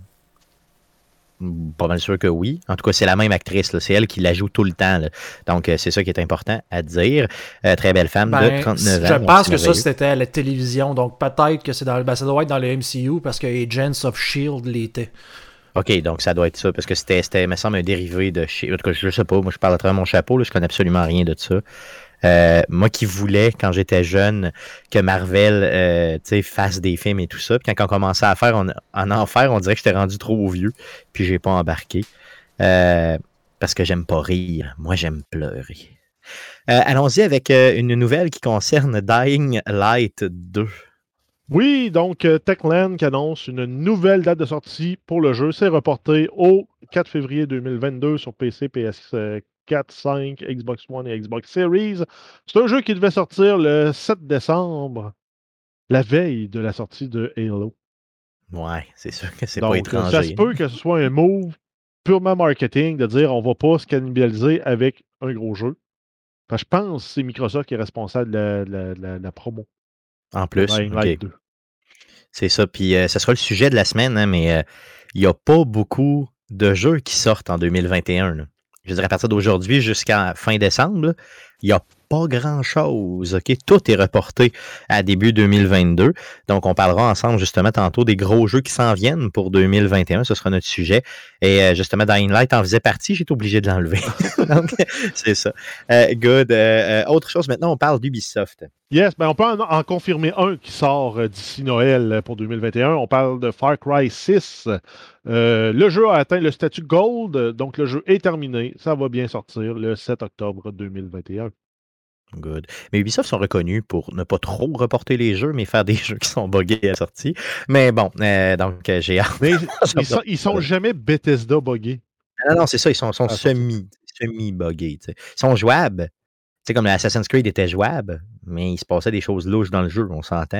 Pas mal sûr que oui. En tout cas, c'est la même actrice. Là. C'est elle qui la joue tout le temps. Là. Donc, euh, c'est ça qui est important à dire. Euh, très belle femme ben, de trente-neuf ans. Je pense que ça, c'était à la télévision. Donc, peut-être que c'est dans ben, ça doit être dans le M C U parce que Agents of S H I E L D l'était. OK, donc ça doit être ça. Parce que c'était, c'était me semble, un dérivé de Shield. En tout cas, je sais pas. Moi, je parle à travers mon chapeau. Là, je connais absolument rien de ça. Euh, moi qui voulais, quand j'étais jeune, que Marvel euh, fasse des films et tout ça. Puis quand on commençait à faire, on, en en faire, on dirait que j'étais rendu trop vieux. Puis j'ai pas embarqué. Euh, parce que j'aime pas rire. Moi, j'aime pleurer. Euh, allons-y avec euh, une nouvelle qui concerne Dying Light deux. Oui, donc euh, Techland qui annonce une nouvelle date de sortie pour le jeu. C'est reporté au quatre février deux mille vingt-deux sur P C, P S quatre, cinq, Xbox One et Xbox Series. C'est un jeu qui devait sortir le sept décembre, la veille de la sortie de Halo. Ouais, c'est sûr que c'est donc, pas étranger. Ça se peut que ce soit un move purement marketing de dire on va pas se cannibaliser avec un gros jeu. Enfin, je pense que c'est Microsoft qui est responsable de la, de la, de la, de la promo. En plus, okay. C'est ça. Puis euh, ce sera le sujet de la semaine, hein, mais il euh, n'y a pas beaucoup de jeux qui sortent en deux mille vingt et un. Là. Je dirais à partir d'aujourd'hui jusqu'à fin décembre, il n'y a pas grand-chose. Okay? Tout est reporté à début deux mille vingt-deux. Donc, on parlera ensemble justement tantôt des gros jeux qui s'en viennent pour deux mille vingt et un. Ce sera notre sujet. Et euh, justement, Dying Light en faisait partie. J'ai été obligé de l'enlever. Donc, c'est ça. Euh, good. Euh, autre chose, maintenant, on parle d'Ubisoft. Yes, ben on peut en, en confirmer un qui sort euh, d'ici Noël pour deux mille vingt et un. On parle de Far Cry six. Euh, le jeu a atteint le statut Gold, donc le jeu est terminé. Ça va bien sortir le sept octobre deux mille vingt et un. Good. Mais Ubisoft sont reconnus pour ne pas trop reporter les jeux, mais faire des jeux qui sont buggés à la sortie. Mais bon, euh, donc euh, j'ai hâte. Mais ils, sont, ils sont jamais Bethesda buggés. Non, non, c'est ça, ils sont, sont semi, semi-buggés. Ils sont jouables. Tu sais, comme Assassin's Creed était jouable, mais il se passait des choses louches dans le jeu, on s'entend.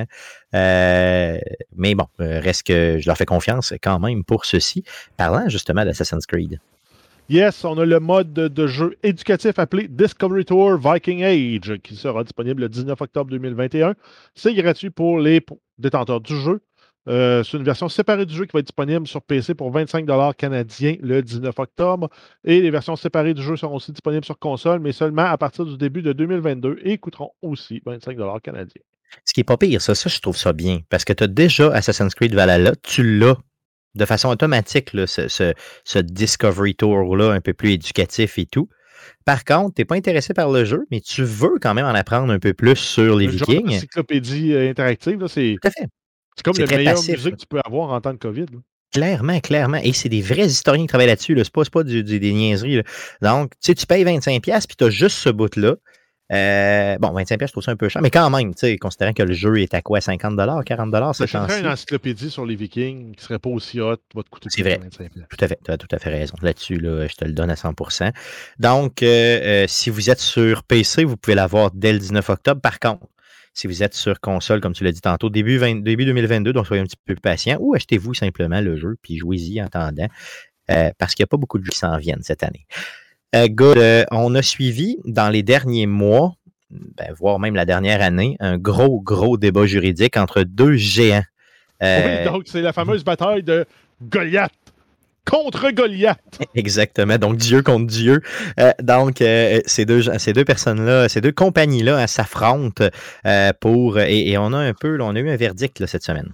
Euh, mais bon, reste que je leur fais confiance quand même pour ceci. Parlant justement d'Assassin's Creed. Yes, on a le mode de jeu éducatif appelé Discovery Tour Viking Age qui sera disponible le dix-neuf octobre deux mille vingt et un. C'est gratuit pour les détenteurs du jeu. Euh, c'est une version séparée du jeu qui va être disponible sur P C pour vingt-cinq dollars canadiens le dix-neuf octobre. Et les versions séparées du jeu seront aussi disponibles sur console, mais seulement à partir du début de deux mille vingt-deux et coûteront aussi vingt-cinq dollars canadiens. Ce qui n'est pas pire, ça, ça, je trouve ça bien. Parce que tu as déjà Assassin's Creed Valhalla, tu l'as de façon automatique, là, ce, ce, ce Discovery Tour-là, un peu plus éducatif et tout. Par contre, tu n'es pas intéressé par le jeu, mais tu veux quand même en apprendre un peu plus sur les Le genre Vikings. d'encyclopédie euh, interactive, là, c'est, Tout à fait. c'est comme C'est le très meilleur passif, musée là. que tu peux avoir en temps de COVID. Là. Clairement, clairement. Et c'est des vrais historiens qui travaillent là-dessus. Là. C'est pas, c'est pas du, du- des niaiseries. Là. Donc, tu sais, tu payes vingt-cinq dollars puis tu as juste ce bout-là. Euh, bon, vingt-cinq dollars, je trouve ça un peu cher, mais quand même, tu sais, considérant que le jeu est à quoi, cinquante dollars, quarante dollars ce Je ferais temps-ci. une encyclopédie sur les Vikings qui serait pas aussi hot, va te coûter C'est plus vrai. que vingt-cinq dollars. Tout à fait, tu as tout à fait raison. Là-dessus, là, je te le donne à cent pour cent. Donc, euh, euh, si vous êtes sur P C, vous pouvez l'avoir dès le dix-neuf octobre. Par contre, si vous êtes sur console, comme tu l'as dit tantôt, début, vingt, début deux mille vingt-deux, donc soyez un petit peu patient, ou achetez-vous simplement le jeu, puis jouez-y en attendant, euh, parce qu'il n'y a pas beaucoup de jeux qui s'en viennent cette année. Euh, good, euh, on a suivi dans les derniers mois, ben, voire même la dernière année, un gros, gros débat juridique entre deux géants. Euh, Oui, donc c'est la fameuse bataille de Goliath contre Goliath. Exactement, donc Dieu contre Dieu. Euh, donc, euh, ces deux, ces deux personnes-là, ces deux compagnies-là hein, s'affrontent euh, pour. Et, et on a un peu, là, on a eu un verdict là, cette semaine.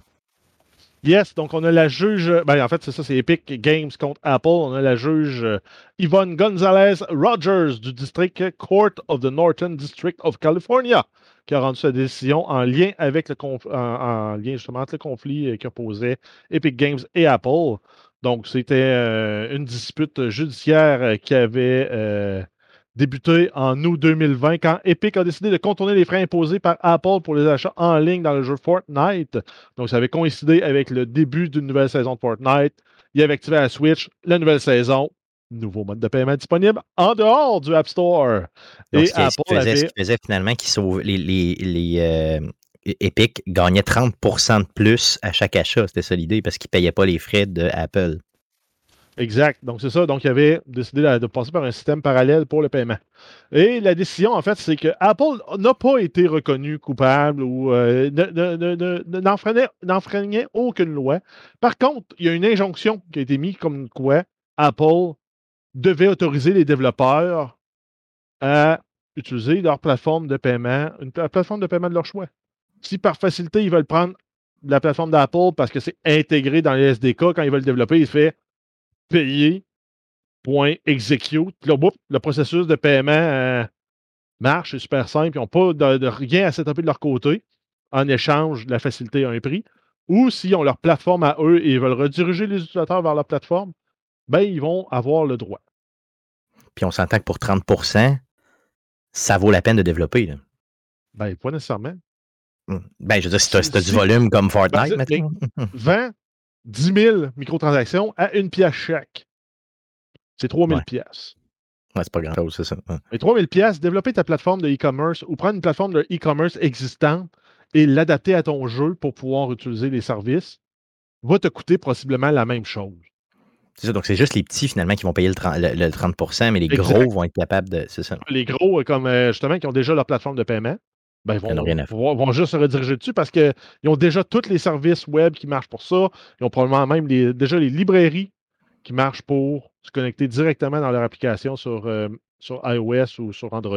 Yes, donc on a la juge, ben en fait c'est ça, c'est Epic Games contre Apple. On a la juge euh, Yvonne Gonzalez Rogers du district Court of the Northern District of California qui a rendu sa décision en lien avec le conf- en, en lien justement entre le conflit euh, qui opposait Epic Games et Apple. Donc c'était euh, une dispute judiciaire euh, qui avait euh, débuté en août deux mille vingt quand Epic a décidé de contourner les freins imposés par Apple pour les achats en ligne dans le jeu Fortnite. Donc, ça avait coïncidé avec le début d'une nouvelle saison de Fortnite. Il avait activé la Switch, la nouvelle saison, nouveau mode de paiement disponible en dehors du App Store. Donc, Et ce qui, ce qui Apple faisait, ce avait... qui faisait finalement qu'ils sauvaient les, les, les euh, Epic gagnaient trente pour cent de plus à chaque achat. C'était ça l'idée parce qu'ils ne payaient pas les frais de Apple. Exact. Donc, c'est ça. Donc, il avait décidé de, de passer par un système parallèle pour le paiement. Et la décision, en fait, c'est que Apple n'a pas été reconnu coupable ou euh, ne- ne- ne- ne- n'enfreignait, n'enfreignait aucune loi. Par contre, il y a une injonction qui a été mise comme quoi Apple devait autoriser les développeurs à utiliser leur plateforme de paiement, une pla- plateforme de paiement de leur choix. Si par facilité, ils veulent prendre la plateforme d'Apple parce que c'est intégré dans les S D K, quand ils veulent développer, il fait payer, point, execute. Là, boum, le processus de paiement euh, marche, c'est super simple. Ils n'ont pas de, de rien à setuper de leur côté en échange de la facilité à un prix. Ou s'ils ont leur plateforme à eux et ils veulent rediriger les utilisateurs vers leur plateforme, ben, ils vont avoir le droit. Puis on s'entend que pour trente pour cent, ça vaut la peine de développer. Là. Ben, pas nécessairement. Ben, je veux dire, si tu as, si t'as Si- du volume comme Fortnite, Ben, maintenant. vend dix mille microtransactions à une pièce chaque. C'est trois mille Ouais. pièces. Ouais, c'est pas grand-chose, c'est ça. Ouais. Mais trois mille pièces, développer ta plateforme de e-commerce ou prendre une plateforme de e-commerce existante et l'adapter à ton jeu pour pouvoir utiliser les services va te coûter possiblement la même chose. C'est ça, donc c'est juste les petits finalement qui vont payer le trente, le, le trente pour cent, mais les Exact. gros vont être capables de. C'est ça. Les gros, euh, comme euh, justement, qui ont déjà leur plateforme de paiement, ben, Ils en ont vont, rien à faire. vont, vont juste se rediriger dessus parce qu'ils ont déjà tous les services web qui marchent pour ça. Ils ont probablement même les, déjà les librairies qui marchent pour se connecter directement dans leur application sur, euh, sur iOS ou sur Android.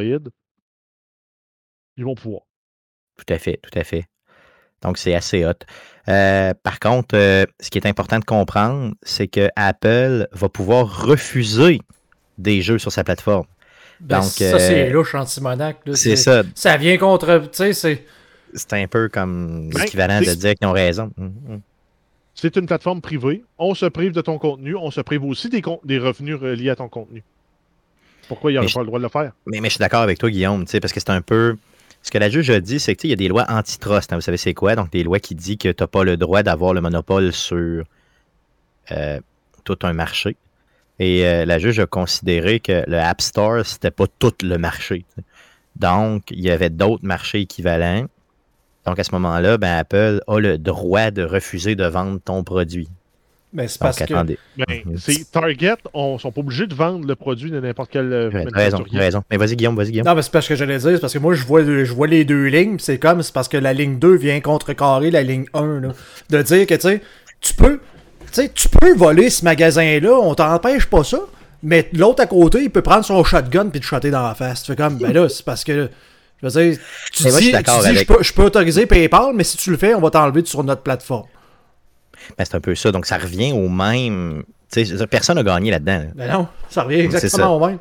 Ils vont pouvoir. Tout à fait, tout à fait. Donc, c'est assez hot. Euh, par contre, euh, ce qui est important de comprendre, c'est que Apple va pouvoir refuser des jeux sur sa plateforme. Ben, Donc, ça, euh, c'est louche anti-monac. là. C'est ça. Ça vient contre. Tu sais, c'est. C'est un peu comme Ben, l'équivalent de c'est- dire qu'ils ont raison. Hum, hum. C'est une plateforme privée. On se prive de ton contenu. On se prive aussi des, con- des revenus reliés à ton contenu. Pourquoi il n'y Mais aurait je- pas le droit de le faire? Mais, mais je suis d'accord avec toi, Guillaume, tu sais, parce que c'est un peu. Ce que la juge a dit, c'est qu'il y a des lois antitrust. Hein, vous savez, c'est quoi? Donc, des lois qui disent que tu n'as pas le droit d'avoir le monopole sur euh, tout un marché. Et euh, la juge a considéré que le App Store, c'était pas tout le marché. Tu sais. Donc, il y avait d'autres marchés équivalents. Donc, à ce moment-là, ben, Apple a le droit de refuser de vendre ton produit. Ben, c'est Donc, parce que. attendez. Ben, Mhm. c'est Target, on ne sont pas obligés de vendre le produit de n'importe quel euh, Tu as raison, manufacturier. tu as raison. Mais vas-y, Guillaume, vas-y, Guillaume. Non, mais c'est parce que j'allais dire, c'est parce que moi, je vois, je vois les deux lignes, pis c'est comme, c'est parce que la ligne deux vient contrecarrer la ligne un, là. De dire que, tu sais, tu peux, tu sais, tu peux voler ce magasin-là, on t'empêche pas ça, mais l'autre à côté, il peut prendre son shotgun puis te shotter dans la face. Tu fais comme, ben là, c'est parce que, je veux dire, tu Mais moi, je dis, suis d'accord tu dis, avec- je peux, je peux autoriser PayPal, mais si tu le fais, on va t'enlever sur notre plateforme. Ben, c'est un peu ça. Donc, ça revient au même. Tu sais, personne n'a gagné là-dedans. Là. Ben non, ça revient C'est ça. exactement au même.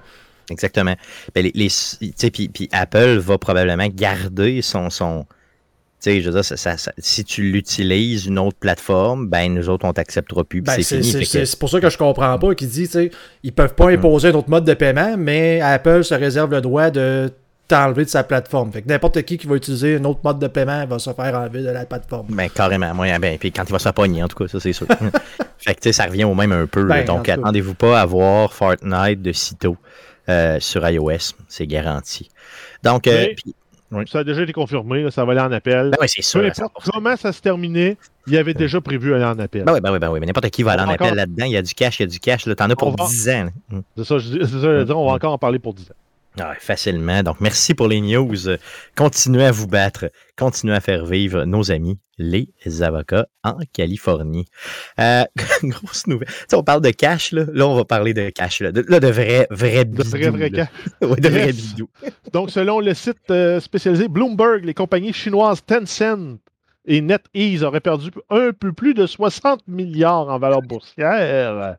Exactement. Ben, les, les, tu sais, puis, puis Apple va probablement garder son... son tu sais, je veux dire, ça, ça, ça, si tu l'utilises une autre plateforme, ben nous autres, on t'acceptera plus, puis Ben, c'est c'est, fini. c'est, Fait c'est, que- c'est pour ça que je comprends pas qu'ils disent, tu sais, ils peuvent pas imposer un autre mode de paiement, mais Apple se réserve le droit de t'enlever de sa plateforme. Fait que n'importe qui qui va utiliser un autre mode de paiement va se faire enlever de la plateforme. Ben, carrément. Moi, ben, puis quand il va se faire pogner, en tout cas, ça, c'est sûr. Fait que, tu sais, ça revient au même un peu. là. Ben, en Donc, tout cas. attendez-vous pas à voir Fortnite de sitôt euh, sur iOS. C'est garanti. Donc, euh, Mais- puis- Ça a déjà été confirmé, là, ça va aller en appel. ben oui, c'est sûr. Peu à importe cent pour cent. comment ça se terminait, il avait déjà prévu aller en appel. Ben oui, ben oui, ben oui. Mais n'importe qui va aller en Encore- appel là-dedans. Il y a du cash, il y a du cash. Là, t'en as pour On va- dix ans. là. Hum. C'est ça, je dis- c'est ça, je veux dire, on va encore en parler pour dix ans. Ah ouais, facilement. Donc, merci pour les news. Euh, Continuez à vous battre. Continuez à faire vivre nos amis, les avocats en Californie. Euh, grosse nouvelle. Tu sais, on parle de cash, là. Là, on va parler de cash, là. De, là, de vrai, vrai De bidou. vrai, vrai là. cas. Ouais, de vrai Yes. bidou. Donc, selon le site euh, spécialisé Bloomberg, les compagnies chinoises Tencent et NetEase auraient perdu un peu plus de soixante milliards en valeur boursière.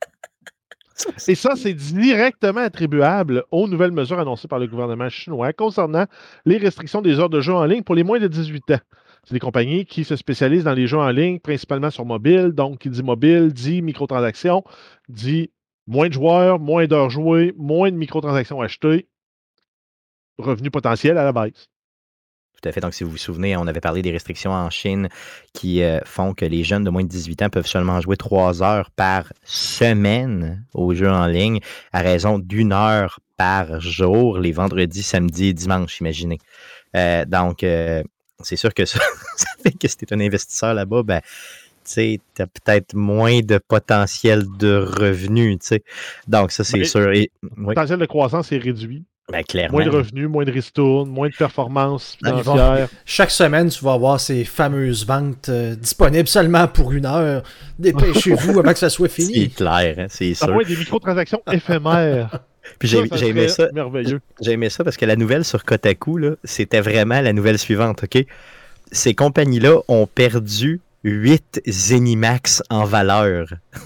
Et ça, c'est directement attribuable aux nouvelles mesures annoncées par le gouvernement chinois concernant les restrictions des heures de jeu en ligne pour les moins de dix-huit ans. C'est des compagnies qui se spécialisent dans les jeux en ligne, principalement sur mobile. Donc, qui dit mobile, dit microtransactions, dit moins de joueurs, moins d'heures jouées, moins de microtransactions achetées, revenu potentiel à la baisse. Tout à fait. Donc, si vous vous souvenez, on avait parlé des restrictions en Chine qui euh, font que les jeunes de moins de dix-huit ans peuvent seulement jouer trois heures par semaine aux jeux en ligne à raison d'une heure par jour, les vendredis, samedis et dimanches, imaginez. Euh, donc, euh, c'est sûr que ça, ça fait que si tu es un investisseur là-bas, ben, tu as peut-être moins de potentiel de revenus. T'sais. Donc, ça, c'est Mais- sûr. Et, Le oui, potentiel de croissance est réduit. ben, clairement. Moins de revenus, moins de ristournes, moins de performances Ah, ils vont- financières. Chaque semaine, tu vas avoir ces fameuses ventes euh, disponibles seulement pour une heure. Dépêchez-vous avant que ça soit C'est fini. clair, hein, c'est À sûr. moins des microtransactions éphémères. Puis j'ai Ça, ça j'ai aimé serait ça. merveilleux. J'ai aimé ça parce que la nouvelle sur Kotaku, là, c'était vraiment la nouvelle suivante, OK? Ces compagnies-là ont perdu huit Zenimax en valeur.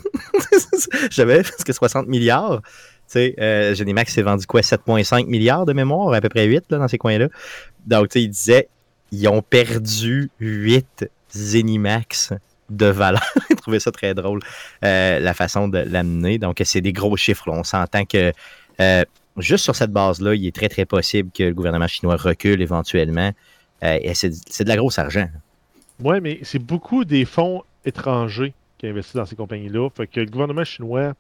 J'avais presque soixante milliards. Tu sais, euh, Zenimax s'est vendu quoi? sept virgule cinq milliards de mémoire, à peu près huit là, dans ces coins-là. Donc, tu sais, ils disaient, ils ont perdu huit Zenimax de valeur. Je trouvais ça très drôle, euh, la façon de l'amener. Donc, c'est des gros chiffres. Là. On s'entend que euh, juste sur cette base-là, il est très, très possible que le gouvernement chinois recule éventuellement. Euh, et c'est, c'est de la grosse argent. Oui, mais c'est beaucoup des fonds étrangers qui investissent dans ces compagnies-là. Fait que le gouvernement chinois,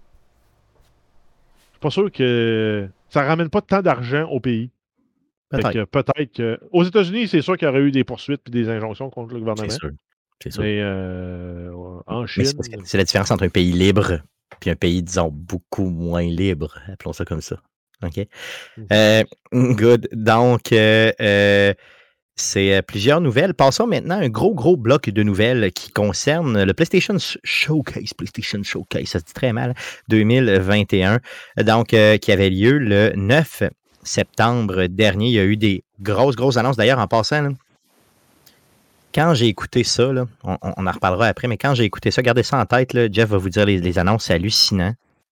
je suis pas sûr que ça ramène pas tant d'argent au pays. Fait Peut-être. que peut-être que. Aux États-Unis, c'est sûr qu'il y aurait eu des poursuites et des injonctions contre le C'est gouvernement. sûr. C'est sûr. Mais euh, en Mais Chine. c'est, parce que c'est la différence entre un pays libre et un pays, disons, beaucoup moins libre. Appelons ça comme ça. OK? Euh, good. Donc, euh, euh, c'est plusieurs nouvelles. Passons maintenant à un gros, gros bloc de nouvelles qui concerne le PlayStation Showcase. PlayStation Showcase, ça se dit très mal. deux mille vingt et un. Donc, euh, qui avait lieu le neuf septembre dernier. Il y a eu des grosses, grosses annonces. D'ailleurs, en passant, là, quand j'ai écouté ça, là, on, on en reparlera après, mais quand j'ai écouté ça, gardez ça en tête, là, Jeff va vous dire les, les annonces, c'est hallucinant.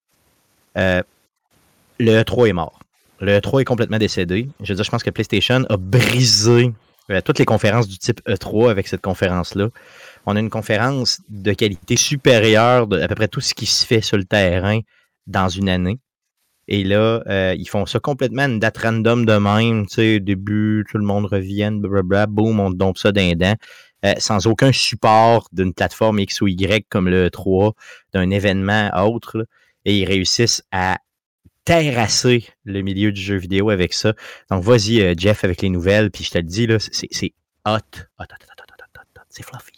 Euh, le E trois est mort. Le E trois est complètement décédé. Je veux dire, je pense que PlayStation a brisé euh, toutes les conférences du type E trois avec cette conférence-là. On a une conférence de qualité supérieure de à peu près tout ce qui se fait sur le terrain dans une année. Et là, euh, ils font ça complètement une date random de même, tu sais, début, tout le monde revient, blablabla, boum, on dompe ça d'un dent, euh, sans aucun support d'une plateforme X ou Y comme le E trois, d'un événement autre, là, et ils réussissent à terrasser le milieu du jeu vidéo avec ça. Donc, vas-y, euh, Jeff, avec les nouvelles, puis je te le dis, là, c'est, c'est hot, hot, hot, hot, hot, hot, hot, hot, c'est fluffy.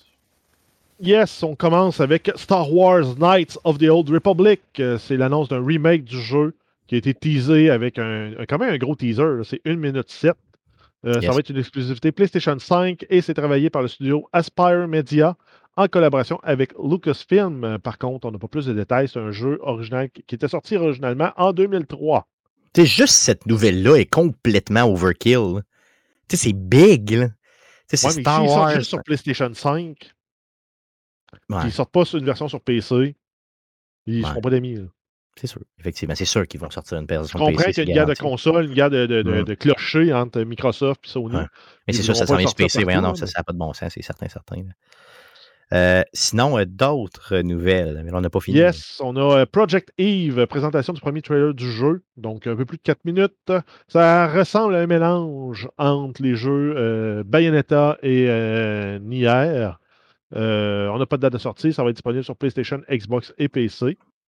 Yes, on commence avec Star Wars Knights of the Old Republic. Euh, C'est l'annonce d'un remake du jeu qui a été teasé avec un, un- quand même un gros teaser. là. C'est une minute sept. Euh, Yes. Ça va être une exclusivité PlayStation cinq et c'est travaillé par le studio Aspire Media en collaboration avec Lucasfilm. Euh, Par contre, on n'a pas plus de détails. C'est un jeu original qui qui était sorti originalement en deux mille trois. Tu sais, juste cette nouvelle-là est complètement overkill. là. Tu sais, c'est big, là. Tu sais, c'est Ouais, mais Star s'ils Wars. sortent juste sur PlayStation cinq, Ouais. puis ils sortent pas sur une version sur P C, ils ne Ouais. seront pas d'amis. là. C'est sûr, effectivement. C'est sûr qu'ils vont sortir une version Je comprends P C. qu'il y a une guerre de console, une guerre de, de, de, Mm. de clocher entre Microsoft et Sony. Ouais. Mais Ils c'est sûr, ça voudront s'en vient pas sur P C. sortir Voyons, non, partout, ça mais- n'a pas de bon sens, c'est certain, certain. là. Euh, sinon, euh, d'autres nouvelles, mais on n'a pas fini. Yes, on a euh, Project Eve, présentation du premier trailer du jeu, donc un peu plus de quatre minutes. Ça ressemble à un mélange entre les jeux euh, Bayonetta et euh, Nier. Euh, on n'a pas de date de sortie, ça va être disponible sur PlayStation, Xbox et P C.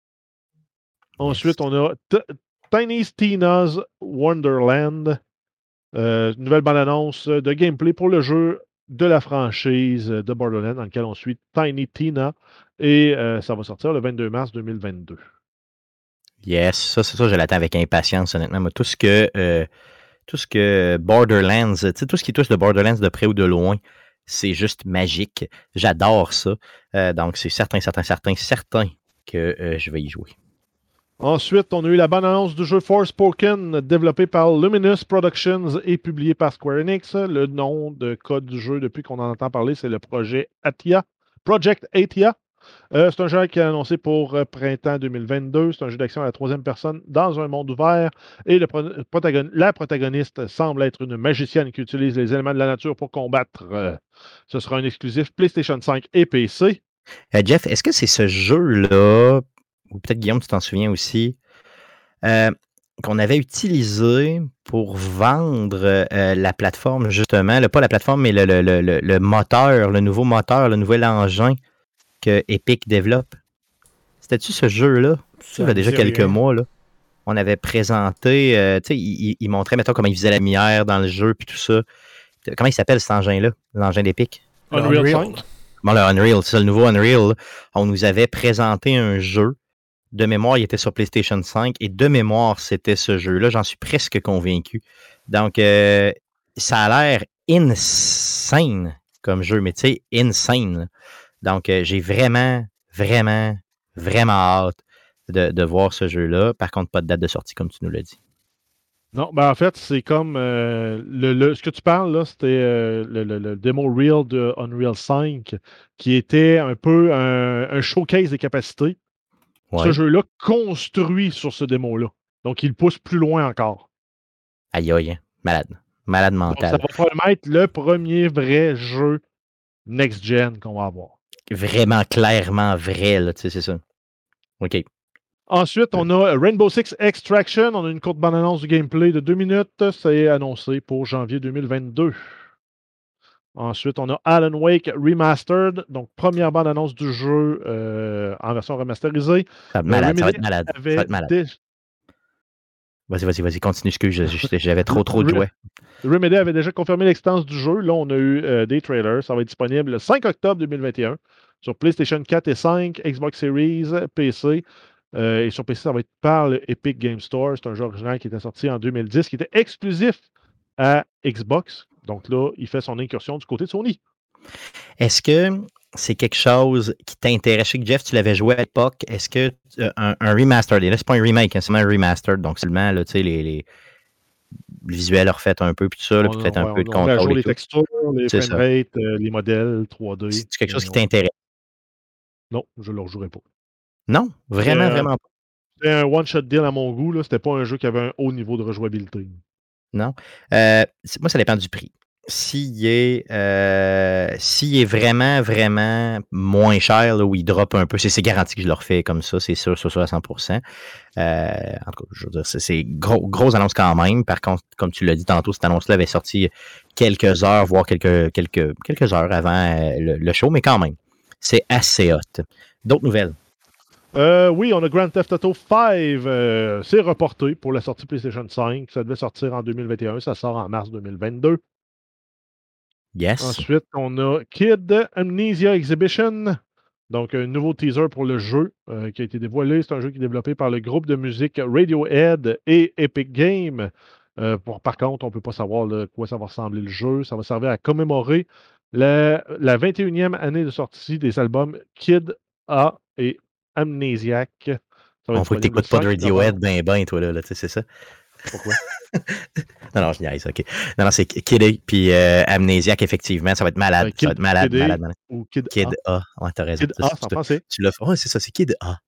Ensuite, Yes. on a T- Tiny Tina's Wonderland, euh, une nouvelle bande-annonce de gameplay pour le jeu de la franchise de Borderlands, dans lequel on suit Tiny Tina, et euh, ça va sortir le vingt-deux mars deux mille vingt-deux. Yes, ça, c'est ça, je l'attends avec impatience, honnêtement. Moi, tout ce que euh, tout ce que Borderlands, tu sais, tout ce qui touche de Borderlands de près ou de loin, c'est juste magique. J'adore ça. Euh, donc, c'est certain, certain, certain, certain que euh, je vais y jouer. Ensuite, on a eu la bande-annonce du jeu Forspoken, développé par Luminous Productions et publié par Square Enix. Le nom de code du jeu, depuis qu'on en entend parler, c'est le projet Atia, Project Atia. Euh, c'est un jeu qui est annoncé pour euh, printemps deux mille vingt-deux. C'est un jeu d'action à la troisième personne dans un monde ouvert. Et le pro- protagon- la protagoniste semble être une magicienne qui utilise les éléments de la nature pour combattre. Euh, ce sera un exclusif PlayStation cinq et P C. Euh, Jeff, est-ce que c'est ce jeu-là, ou peut-être Guillaume, tu t'en souviens aussi, euh, qu'on avait utilisé pour vendre euh, la plateforme, justement, le, pas la plateforme, mais le, le, le, le, le moteur, le nouveau moteur, le nouvel engin que Epic développe? C'était-tu ce jeu-là? Ça me fait déjà dit quelques rien. mois, là. On avait présenté, euh, tu sais, il, il- il montrait, mettons, comment il faisait la lumière dans le jeu, puis tout ça. Comment il s'appelle cet engin-là, l'engin d'Epic? Le Unreal Unreal. cinq. Bon, le Unreal, c'est ça, le nouveau Unreal. Là. On nous avait présenté un jeu. De mémoire, il était sur PlayStation cinq, et de mémoire, c'était ce jeu-là. J'en suis presque convaincu. Donc, euh, ça a l'air insane comme jeu, mais tu sais, insane. là. Donc, euh, j'ai vraiment, vraiment, vraiment hâte de, de voir ce jeu-là. Par contre, pas de date de sortie, comme tu nous l'as dit. Non, ben en fait, c'est comme euh, le, le- ce que tu parles là, c'était euh, le, le- le démo Real de Unreal cinq, qui était un peu un, un showcase des capacités. Ouais. Ce jeu-là construit sur ce démo-là. Donc, il pousse plus loin encore. Aïe, aïe, hein. Malade. Malade Donc, ça mental. va probablement être le premier vrai jeu next-gen qu'on va avoir. Vraiment, clairement vrai, là, tu sais, c'est ça. OK. Ensuite, on a Rainbow Six Extraction. On a une courte bande-annonce du gameplay de deux minutes. C'est annoncé pour janvier deux mille vingt-deux. Ensuite, on a Alan Wake Remastered. Donc, première bande-annonce du jeu euh, en version remasterisée. Ça va être malade, Euh, ça va Remedy être malade. Ça avait va être malade. dé- Vas-y, vas-y, vas-y, continue, excuse, je- je- j'avais trop, trop de jouets. Remedy avait déjà confirmé l'existence du jeu. Là, on a eu euh, des trailers. Ça va être disponible le cinq octobre deux mille vingt et un sur PlayStation quatre et cinq, Xbox Series, P C. Euh, et sur P C, ça va être par le Epic Game Store. C'est un jeu original qui était sorti en deux mille dix, qui était exclusif à Xbox. Donc là, il fait son incursion du côté de Sony. Est-ce que c'est quelque chose qui t'intéresse? Je sais que Jeff, tu l'avais joué à l'époque. Est-ce que euh, un, un remastered, et là, c'est pas un remake, hein, c'est seulement un remastered, donc seulement, là, tu sais, les, les le visuel refait un peu, puis tout ça, là, On, puis peut-être un ouais, peu de on, on met à jour contrôle et les tout. textures, les C'est ça. framerates, euh, les modèles trois D. C'est quelque chose qui Euh, t'intéresse? Non, je ne le rejouerai pas. Non? Vraiment, Euh, vraiment pas? C'était un one-shot deal à mon goût. Là. C'était pas un jeu qui avait un haut niveau de rejouabilité. Non? Euh, c'est- moi, ça dépend du prix. S'il est, euh, s'il est vraiment, vraiment moins cher, là, où il drop un peu, c'est, c'est garanti que je le refais comme ça, c'est sûr, sûr, sûr à cent pour cent. Euh, en tout cas, je veux dire, c'est, c'est gros, grosse annonce quand même. Par contre, comme tu l'as dit tantôt, cette annonce-là avait sorti quelques heures, voire quelques, quelques, quelques heures avant euh, le, le show, mais quand même, c'est assez hot. D'autres nouvelles? Euh, oui, on a Grand Theft Auto cinq. Euh, c'est reporté pour la sortie PlayStation cinq. Ça devait sortir en deux mille vingt et un. Ça sort en mars deux mille vingt-deux. Yes. Ensuite, on a Kid Amnesia Exhibition. Donc, un nouveau teaser pour le jeu euh, qui a été dévoilé. C'est un jeu qui est développé par le groupe de musique Radiohead et Epic Games. Euh, pour, par contre, on ne peut pas savoir là, quoi ça va ressembler le jeu. Ça va servir à commémorer la, la vingt et unième année de sortie des albums Kid A et Amnesiac. Ça va On être voit que tu disponible le n'écoutes pas de cinq Radiohead novembre. ben ben, toi, là, là tu sais, c'est ça? Pourquoi? Non, non, je niaise, OK. Non, non, c'est Kid A, puis euh, Amnésiaque, effectivement, ça va être malade. Euh, ça va être malade, Kid A malade, malade. ou Kid, Kid A. A, ouais, t'as raison. Kid Tu- A, tu- c'est en tu- français. Tu l'as fait. Ouais, c'est ça, c'est Kid A.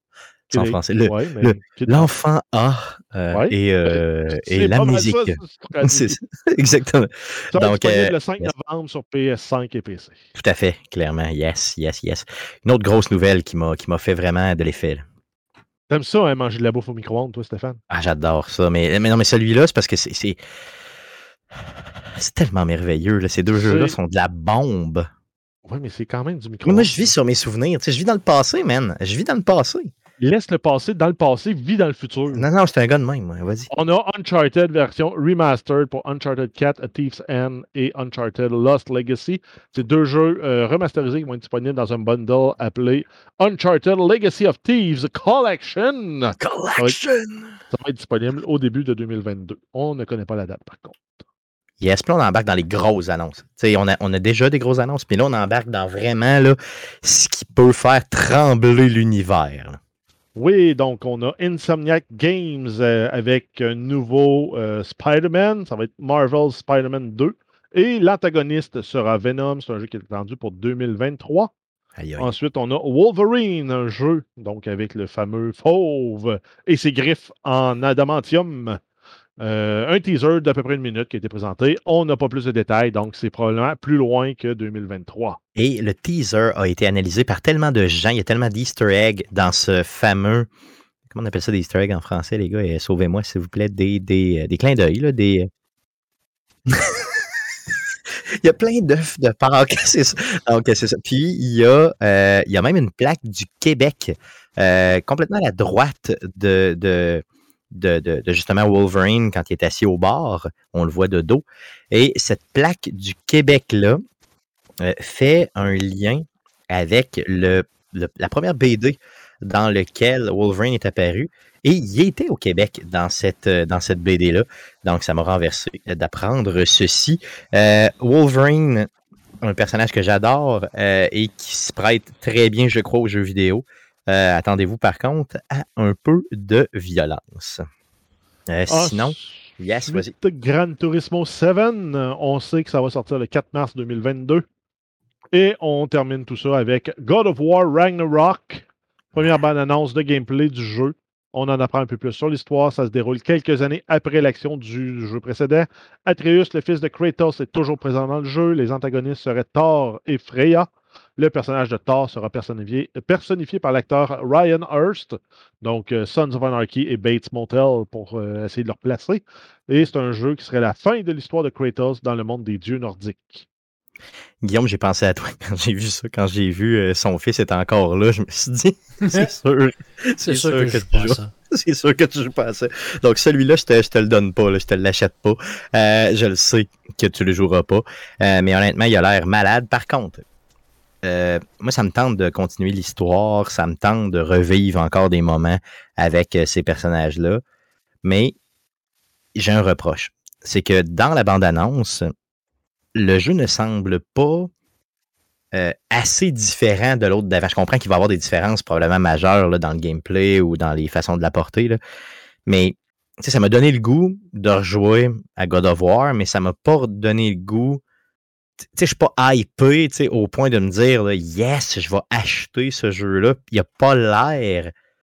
C'est en français. Le, ouais, mais le, Kid l'enfant A euh, Ouais. et, euh, C'est et pas mal l'amnésique. ça, c'est traduit. C'est ça, exactement. Ça va être Donc, disponible euh, le cinq yes, novembre sur P S cinq et P C. tout à fait, clairement. Yes, yes, yes. Une autre grosse nouvelle qui m'a, qui m'a fait vraiment de l'effet. là. T'aimes ça, hein, manger de la bouffe au micro-ondes, toi, Stéphane? Ah, j'adore ça. Mais, mais non, mais celui-là, c'est parce que c'est, c'est, c'est tellement merveilleux. Là. Ces deux jeux-là C'est... sont de la bombe. Oui, mais c'est quand même du Mais micro-ondes. moi, je vis ça. sur mes souvenirs. Tu sais, je vis dans le passé, man. Je vis dans le passé. Laisse le passé dans le passé, vis dans le futur. Non, non, c'est un gars de même. moi. Vas-y. On a Uncharted version remastered pour Uncharted quatre, A Thief's End et Uncharted Lost Legacy. C'est deux jeux euh, remasterisés qui vont être disponibles dans un bundle appelé Uncharted Legacy of Thieves Collection. Collection! Ça va être disponible au début de deux mille vingt-deux. On ne connaît pas la date, par contre. Yes, puis là, on embarque dans les grosses annonces. T'sais, on a, on a déjà des grosses annonces, mais là, on embarque dans vraiment là, ce qui peut faire trembler l'univers. là. Oui, donc on a Insomniac Games euh, avec un nouveau euh, Spider-Man. Ça va être Marvel Spider-Man deux. Et l'antagoniste sera Venom. C'est un jeu qui est attendu pour deux mille vingt-trois. Aïe, aïe. Ensuite, on a Wolverine, un jeu donc avec le fameux fauve et ses griffes en adamantium. Euh, un teaser d'à peu près une minute qui a été présenté. On n'a pas plus de détails, donc c'est probablement plus loin que deux mille vingt-trois. Et le teaser a été analysé par tellement de gens. Il y a tellement d'easter eggs dans ce fameux. Comment on appelle ça des easter eggs en français, les gars? Et sauvez-moi, s'il vous plaît. Des, des, des clins d'œil, là, des. Il y a plein d'œufs de Pâques, c'est ça. Donc, c'est ça. Puis, il y, a, euh, il y a même une plaque du Québec, euh, complètement à la droite de, de, de, de, de justement Wolverine quand il est assis au bar. On le voit de dos. Et cette plaque du Québec-là euh, fait un lien avec le, le, la première B D dans laquelle Wolverine est apparu. Et il était au Québec dans cette, dans cette B D-là. Donc, ça m'a renversé d'apprendre ceci. Euh, Wolverine, un personnage que j'adore euh, et qui se prête très bien, je crois, aux jeux vidéo. Euh, attendez-vous, par contre, à un peu de violence. Euh, Ah, sinon, yes, vas-y. suite Gran Turismo sept, on sait que ça va sortir le quatre mars deux mille vingt-deux. Et on termine tout ça avec God of War Ragnarok. Première bande-annonce de gameplay du jeu. On en apprend un peu plus sur l'histoire. Ça se déroule quelques années après l'action du jeu précédent. Atreus, le fils de Kratos, est toujours présent dans le jeu. Les antagonistes seraient Thor et Freya. Le personnage de Thor sera personnifié, personnifié par l'acteur Ryan Hurst, donc euh, Sons of Anarchy et Bates Motel pour euh, essayer de le replacer. Et c'est un jeu qui serait la fin de l'histoire de Kratos dans le monde des dieux nordiques. Guillaume, j'ai pensé à toi quand j'ai vu ça, quand j'ai vu euh, son fils était encore là, je me suis dit, c'est sûr, C'est, c'est sûr sûr que, que je tu joue joues. à ça. C'est sûr que tu joues pas à ça. Donc celui-là, je te, je te le donne pas, là, je te l'achète pas. Euh, je le sais que tu le joueras pas. Euh, mais honnêtement, il a l'air malade. Par contre, euh, moi, ça me tente de continuer l'histoire, ça me tente de revivre encore des moments avec euh, ces personnages-là. Mais j'ai un reproche. C'est que dans la bande-annonce, le jeu ne semble pas euh, assez différent de l'autre d'avant. Je comprends qu'il va y avoir des différences probablement majeures là, dans le gameplay ou dans les façons de l'apporter. Là. Mais ça m'a donné le goût de rejouer à God of War, mais ça m'a pas donné le goût. Tu sais, je suis pas hypé au point de me dire là, yes, je vais acheter ce jeu-là. Il n'a pas l'air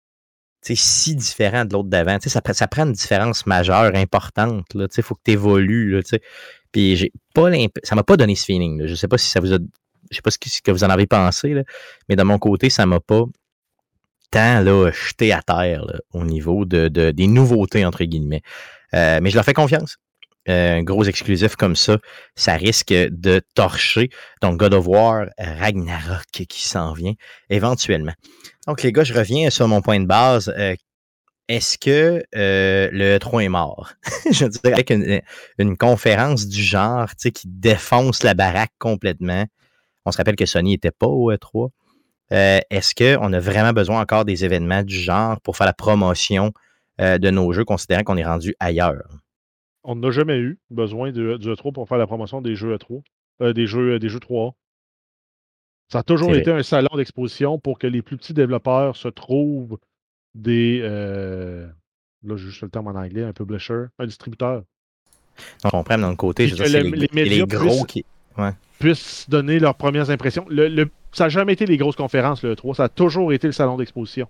si différent de l'autre d'avant. Ça, ça prend une différence majeure, importante. Il faut que tu évolues. Puis j'ai pas l'imp... ça m'a pas donné ce feeling. Là. Je sais pas si ça vous a. Je sais pas ce que, ce que vous en avez pensé, là, mais de mon côté, ça m'a pas tant là, jeté à terre là, au niveau de, de, des nouveautés, entre guillemets. Euh, mais je leur fais confiance. Euh, un gros exclusif comme ça, ça risque de torcher. Donc, God of War Ragnarok qui s'en vient éventuellement. Donc, les gars, je reviens sur mon point de base. Euh, Est-ce que euh, le E trois est mort? Je veux dire, avec une, une conférence du genre qui défonce la baraque complètement. On se rappelle que Sony n'était pas au E trois. Euh, est-ce qu'on a vraiment besoin encore des événements du genre pour faire la promotion euh, de nos jeux, considérant qu'on est rendu ailleurs? On n'a jamais eu besoin de, du E trois pour faire la promotion des jeux E trois, euh, des jeux des jeux trois A. Ça a toujours C'est été vrai. un salon d'exposition pour que les plus petits développeurs se trouvent des... Euh, là, j'ai juste le terme en anglais, un publisher, un distributeur. On comprend, d'un côté, Puis je veux que dire, c'est le- les, les c'est les médias gros puissent- qui... Ouais. puissent donner leurs premières impressions. Le, le- ça n'a jamais été les grosses conférences, le E trois. Ça a toujours été le salon d'exposition.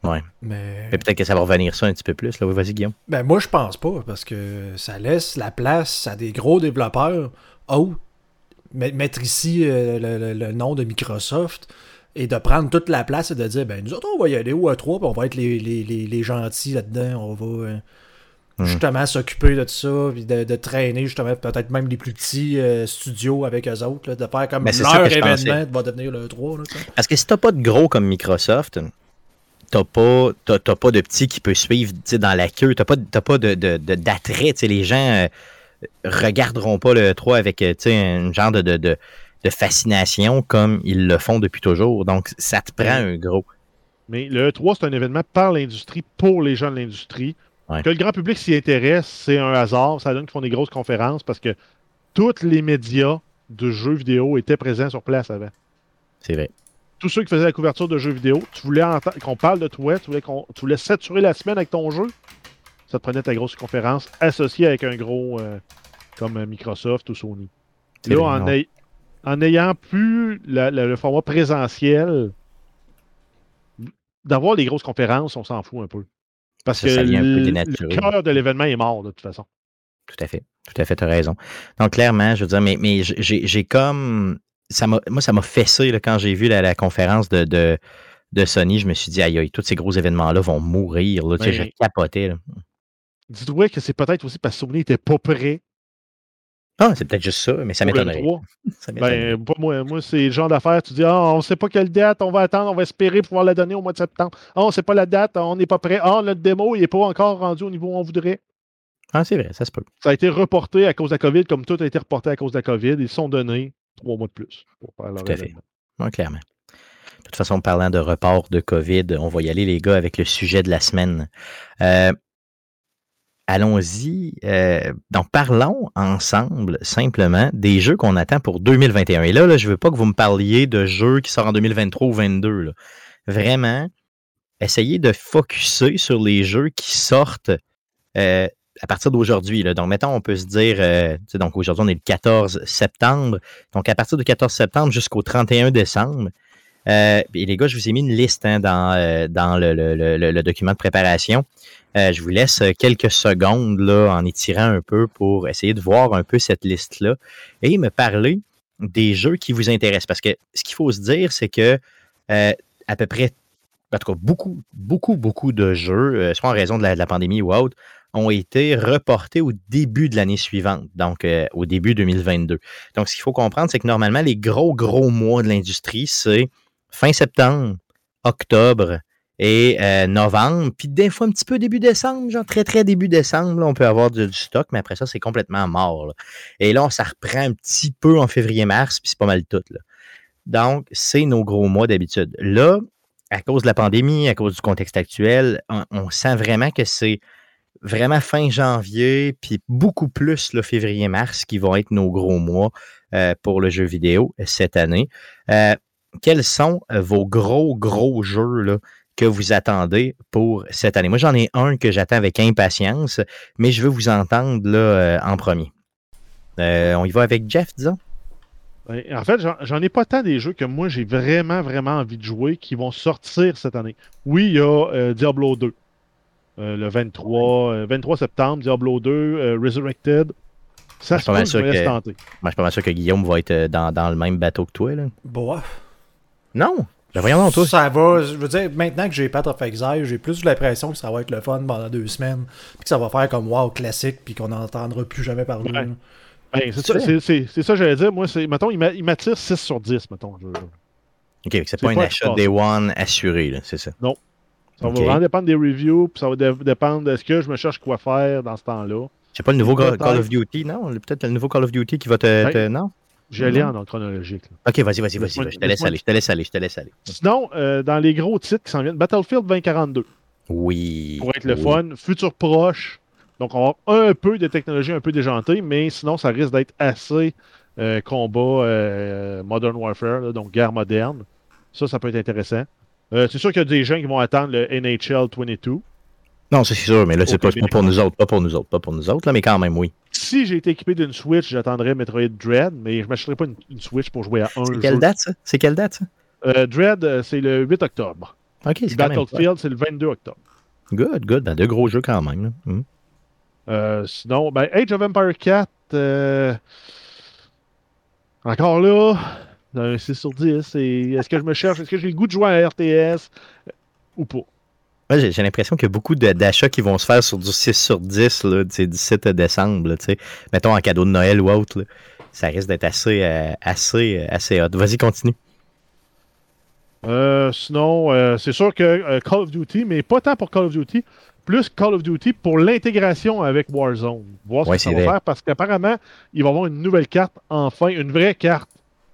Ouais. Mais, Mais peut-être que ça va revenir ça un petit peu plus. Là. Oui, vas-y, Guillaume. ben moi, je pense pas, parce que ça laisse la place à des gros développeurs autres. Mettre ici euh, le, le, le nom de Microsoft et de prendre toute la place et de dire, ben nous autres, on va y aller au E trois, puis on va être les, les, les, les gentils là-dedans. On va euh, mm. justement s'occuper de tout ça, puis de, de traîner justement peut-être même les plus petits euh, studios avec eux autres, là, de faire comme ben, leur événement va devenir le E trois. Là, parce que si t'as pas de gros comme Microsoft... T'as pas, t'as, t'as pas de petit qui peut suivre dans la queue. T'as pas, t'as pas de, de, de, d'attrait. Les gens euh, regarderont pas le E trois avec un genre de, de, de, de fascination comme ils le font depuis toujours. Donc, ça te prend un gros. Mais le E trois, c'est un événement par l'industrie, pour les gens de l'industrie. Ouais. Que le grand public s'y intéresse, c'est un hasard. Ça donne qu'ils font des grosses conférences parce que tous les médias de jeux vidéo étaient présents sur place avant. C'est vrai. Tous ceux qui faisaient la couverture de jeux vidéo, tu voulais entendre, qu'on parle de toi, tu voulais, qu'on, tu voulais saturer la semaine avec ton jeu, ça te prenait ta grosse conférence associée avec un gros euh, comme Microsoft ou Sony. C'est là, en, ay- en ayant plus la, la, le format présentiel, d'avoir les grosses conférences, on s'en fout un peu. Parce ça, que ça un peu le cœur de l'événement est mort, de toute façon. Tout à fait. Tout à fait, tu as raison. Donc, clairement, je veux dire, mais, mais j'ai, j'ai comme... Ça m'a, moi, ça m'a fessé là, quand j'ai vu la, la conférence de, de, de Sony. Je me suis dit, aïe, aïe, tous ces gros événements-là vont mourir. Là. Ben, tu sais, je capotais. Là. Dis-toi que c'est peut-être aussi parce que Sony n'était pas prêt. Ah, c'est peut-être juste ça, mais ça m'étonnerait. ça m'étonnerait. Ben, pas moi. Moi, c'est le genre d'affaire, tu dis, ah, on ne sait pas quelle date, on va attendre, on va espérer pouvoir la donner au mois de septembre. Ah, on ne sait pas la date, on n'est pas prêt. Ah, notre démo, il n'est pas encore rendu au niveau où on voudrait. Ah, c'est vrai, ça se peut. Ça a été reporté à cause de la COVID, comme tout a été reporté à cause de la COVID. Ils sont donnés trois mois de plus pour faire leur Tout à fait. Oui, clairement. De toute façon, parlant de report de COVID, on va y aller, les gars, avec le sujet de la semaine. Euh, allons-y. Euh, donc, parlons ensemble, simplement, des jeux qu'on attend pour deux mille vingt et un. Et là, là je ne veux pas que vous me parliez de jeux qui sortent en deux mille vingt-trois ou deux mille vingt-deux. Là. Vraiment, essayez de focusser sur les jeux qui sortent euh, à partir d'aujourd'hui. Là. Donc, mettons, on peut se dire, euh, donc aujourd'hui, on est le quatorze septembre. Donc, à partir du quatorze septembre jusqu'au trente et un décembre, euh, et les gars, je vous ai mis une liste hein, dans, euh, dans le, le, le, le document de préparation. Euh, je vous laisse quelques secondes là, en étirant un peu pour essayer de voir un peu cette liste-là et me parler des jeux qui vous intéressent. Parce que ce qu'il faut se dire, c'est que euh, à peu près, en tout cas, beaucoup, beaucoup, beaucoup de jeux, euh, soit en raison de la, de la pandémie ou autre, ont été reportés au début de l'année suivante, donc euh, au début deux mille vingt-deux. Donc, ce qu'il faut comprendre, c'est que normalement, les gros, gros mois de l'industrie, c'est fin septembre, octobre et euh, novembre, puis des fois un petit peu début décembre, genre très, très début décembre, là, on peut avoir du, du stock, mais après ça, c'est complètement mort. Là. Et là, ça reprend un petit peu en février-mars, puis c'est pas mal tout. Là. Donc, c'est nos gros mois d'habitude. Là, à cause de la pandémie, à cause du contexte actuel, on, on sent vraiment que c'est vraiment fin janvier, puis beaucoup plus le février-mars qui vont être nos gros mois euh, pour le jeu vidéo cette année. Euh, quels sont euh, vos gros, gros jeux là, que vous attendez pour cette année? Moi, j'en ai un que j'attends avec impatience, mais je veux vous entendre là, euh, en premier. Euh, on y va avec Jeff, disons? En fait, j'en, j'en ai pas tant des jeux que moi, j'ai vraiment, vraiment envie de jouer qui vont sortir cette année. Oui, il y a euh, Diablo deux. Euh, le vingt-trois, euh, vingt-trois septembre, Diablo deux, euh, Resurrected. Ça se peut que je me laisse tenter. Moi, je suis pas mal sûr que Guillaume va être dans, dans le même bateau que toi. Là. Boah. Non? Ben voyons donc, toi. Ça va. Je veux dire, maintenant que j'ai Path of Exile, j'ai plus l'impression que ça va être le fun pendant deux semaines. Puis que ça va faire comme wow, classique, puis qu'on n'entendra plus jamais parler. Ouais. Ben, c'est, ça, c'est, c'est, c'est ça que j'allais dire. Moi, c'est, mettons, il, m'a, il m'attire six sur dix, mettons. Je... OK, c'est, c'est pas, pas un achat Day One assuré, là, c'est ça? Non. Ça okay. va vraiment dépendre des reviews, puis ça va dé- dépendre de ce que je me cherche quoi faire dans ce temps-là. C'est pas le nouveau Call, Call of Duty, non? Peut-être le nouveau Call of Duty qui va te... te... Non? J'allais en ordre chronologique. Là. OK, vas-y, vas-y, vas-y. vas-y. Je te laisse aller, je te laisse aller, je te laisse aller. Sinon, euh, dans les gros titres qui s'en viennent, Battlefield vingt quarante-deux. Oui. Pour être le oui. fun. Futur proche. Donc, on va avoir un peu de technologie un peu déjantée, mais sinon, ça risque d'être assez euh, combat euh, Modern Warfare, là, donc guerre moderne. Ça, ça peut être intéressant. Euh, c'est sûr qu'il y a des gens qui vont attendre le N H L vingt-deux. Non, c'est sûr, mais là, c'est pas, pas pour nous autres, pas pour nous autres, pas pour nous autres, là, mais quand même, oui. Si j'ai été équipé d'une Switch, j'attendrais Metroid Dread, mais je ne m'achèterais pas une, une Switch pour jouer à un c'est jeu. Quelle date, ça? C'est quelle date, ça? Euh, Dread, c'est le huit octobre. OK, Puis c'est quand même Battlefield, c'est le vingt-deux octobre. Good, good. Ben, deux gros jeux quand même. Là. Mm. Euh, sinon, ben, Age of Empires quatre, euh, encore là, un six sur dix. Et est-ce que je me cherche? Est-ce que j'ai le goût de jouer à R T S euh, ou pas? Ouais, j'ai, j'ai l'impression qu'il y a beaucoup de, d'achats qui vont se faire sur du six sur dix là, dix-sept décembre. Là, mettons en cadeau de Noël ou autre. Là. Ça risque d'être assez, euh, assez, assez hot. Vas-y, continue. Euh, sinon, euh, c'est sûr que euh, Call of Duty, mais pas tant pour Call of Duty, plus Call of Duty pour l'intégration avec Warzone. Voir ce Ouais, que ça c'est va vrai. faire, parce qu'apparemment, il va y avoir une nouvelle carte, enfin, une vraie carte.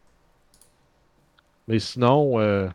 Mais sinon, euh,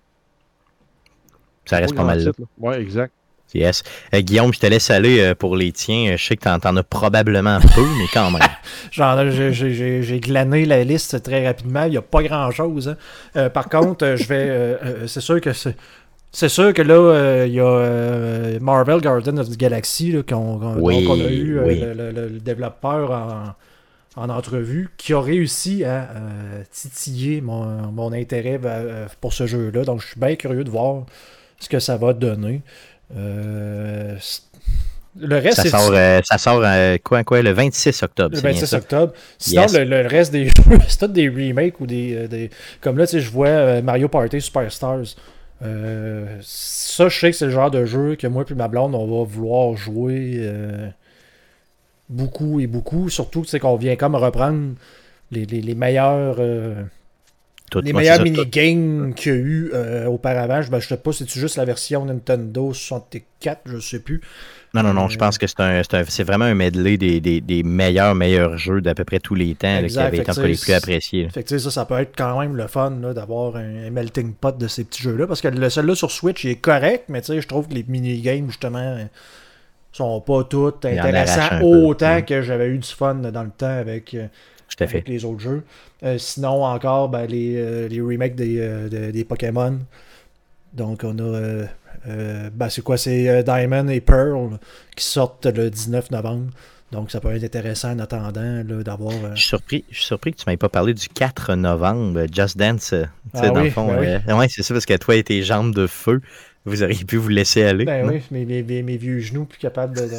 Ça reste pas mal là. là. Ouais, exact. Yes. Euh, Guillaume, je te laisse aller euh, pour les tiens. Je sais que t'en, t'en as probablement peu, mais quand même. Genre, j'ai, j'ai, j'ai glané la liste très rapidement. Il n'y a pas grand-chose. Hein. Euh, par contre, euh, je vais... Euh, euh, c'est sûr que c'est... C'est sûr que là, euh, il y a euh, Marvel Guardians of the Galaxy là, qu'on, qu'on, Oui, donc on a eu euh, oui. le, le, le développeur en, en entrevue qui a réussi à euh, titiller mon, mon intérêt euh, pour ce jeu-là. Donc, je suis bien curieux de voir ce que ça va donner. Euh, le reste, ça, c'est sort, euh, ça sort euh, quoi, quoi, le vingt-six octobre. le c'est bien vingt-six ça. octobre. Sinon, Yes. le, le reste des jeux, c'est tout des remakes ou des. euh, des... Comme là, tu sais, je vois euh, Mario Party Superstars. Euh, ça, je sais que c'est le genre de jeu que moi et ma blonde, on va vouloir jouer euh, beaucoup et beaucoup. Surtout, c'est qu'on vient comme reprendre les, les, les meilleurs. Euh, Tout, les moi, meilleurs c'est ça, tout. minigames qu'il y a eu euh, auparavant. Je ne sais pas si c'est juste la version Nintendo soixante-quatre, je sais plus. Non, non, non, Euh, je pense que c'est un, c'est, un, c'est vraiment un medley des, des, des meilleurs, meilleurs jeux d'à peu près tous les temps là, qui Exact, avaient fait été que encore les tu plus sais, appréciés. là. Fait que tu sais, ça, ça peut être quand même le fun là, d'avoir un, un melting pot de ces petits jeux-là. Parce que le celui-là sur Switch, il est correct, mais tu sais, je trouve que les minigames, justement, sont pas toutes Il en intéressants arrache un peu. autant Mm. que j'avais eu du fun dans le temps avec, euh, Tout à fait. avec les autres jeux. Euh, sinon, encore, ben, les, euh, les remakes des, euh, de- des Pokémon. Donc, on a. Euh, euh, ben, c'est quoi C'est euh, Diamond et Pearl qui sortent le dix-neuf novembre. Donc, ça peut être intéressant en attendant là, d'avoir. euh, Je suis surpris, je suis surpris que tu ne m'aies pas parlé du quatre novembre, Just Dance. euh, tu sais, Ah dans oui, le fond, ben oui. euh, ouais, c'est ça, parce que toi et tes jambes de feu, vous auriez pu vous laisser aller. Ben non? oui, mes, mes, mes, mes vieux genoux plus capables de. de-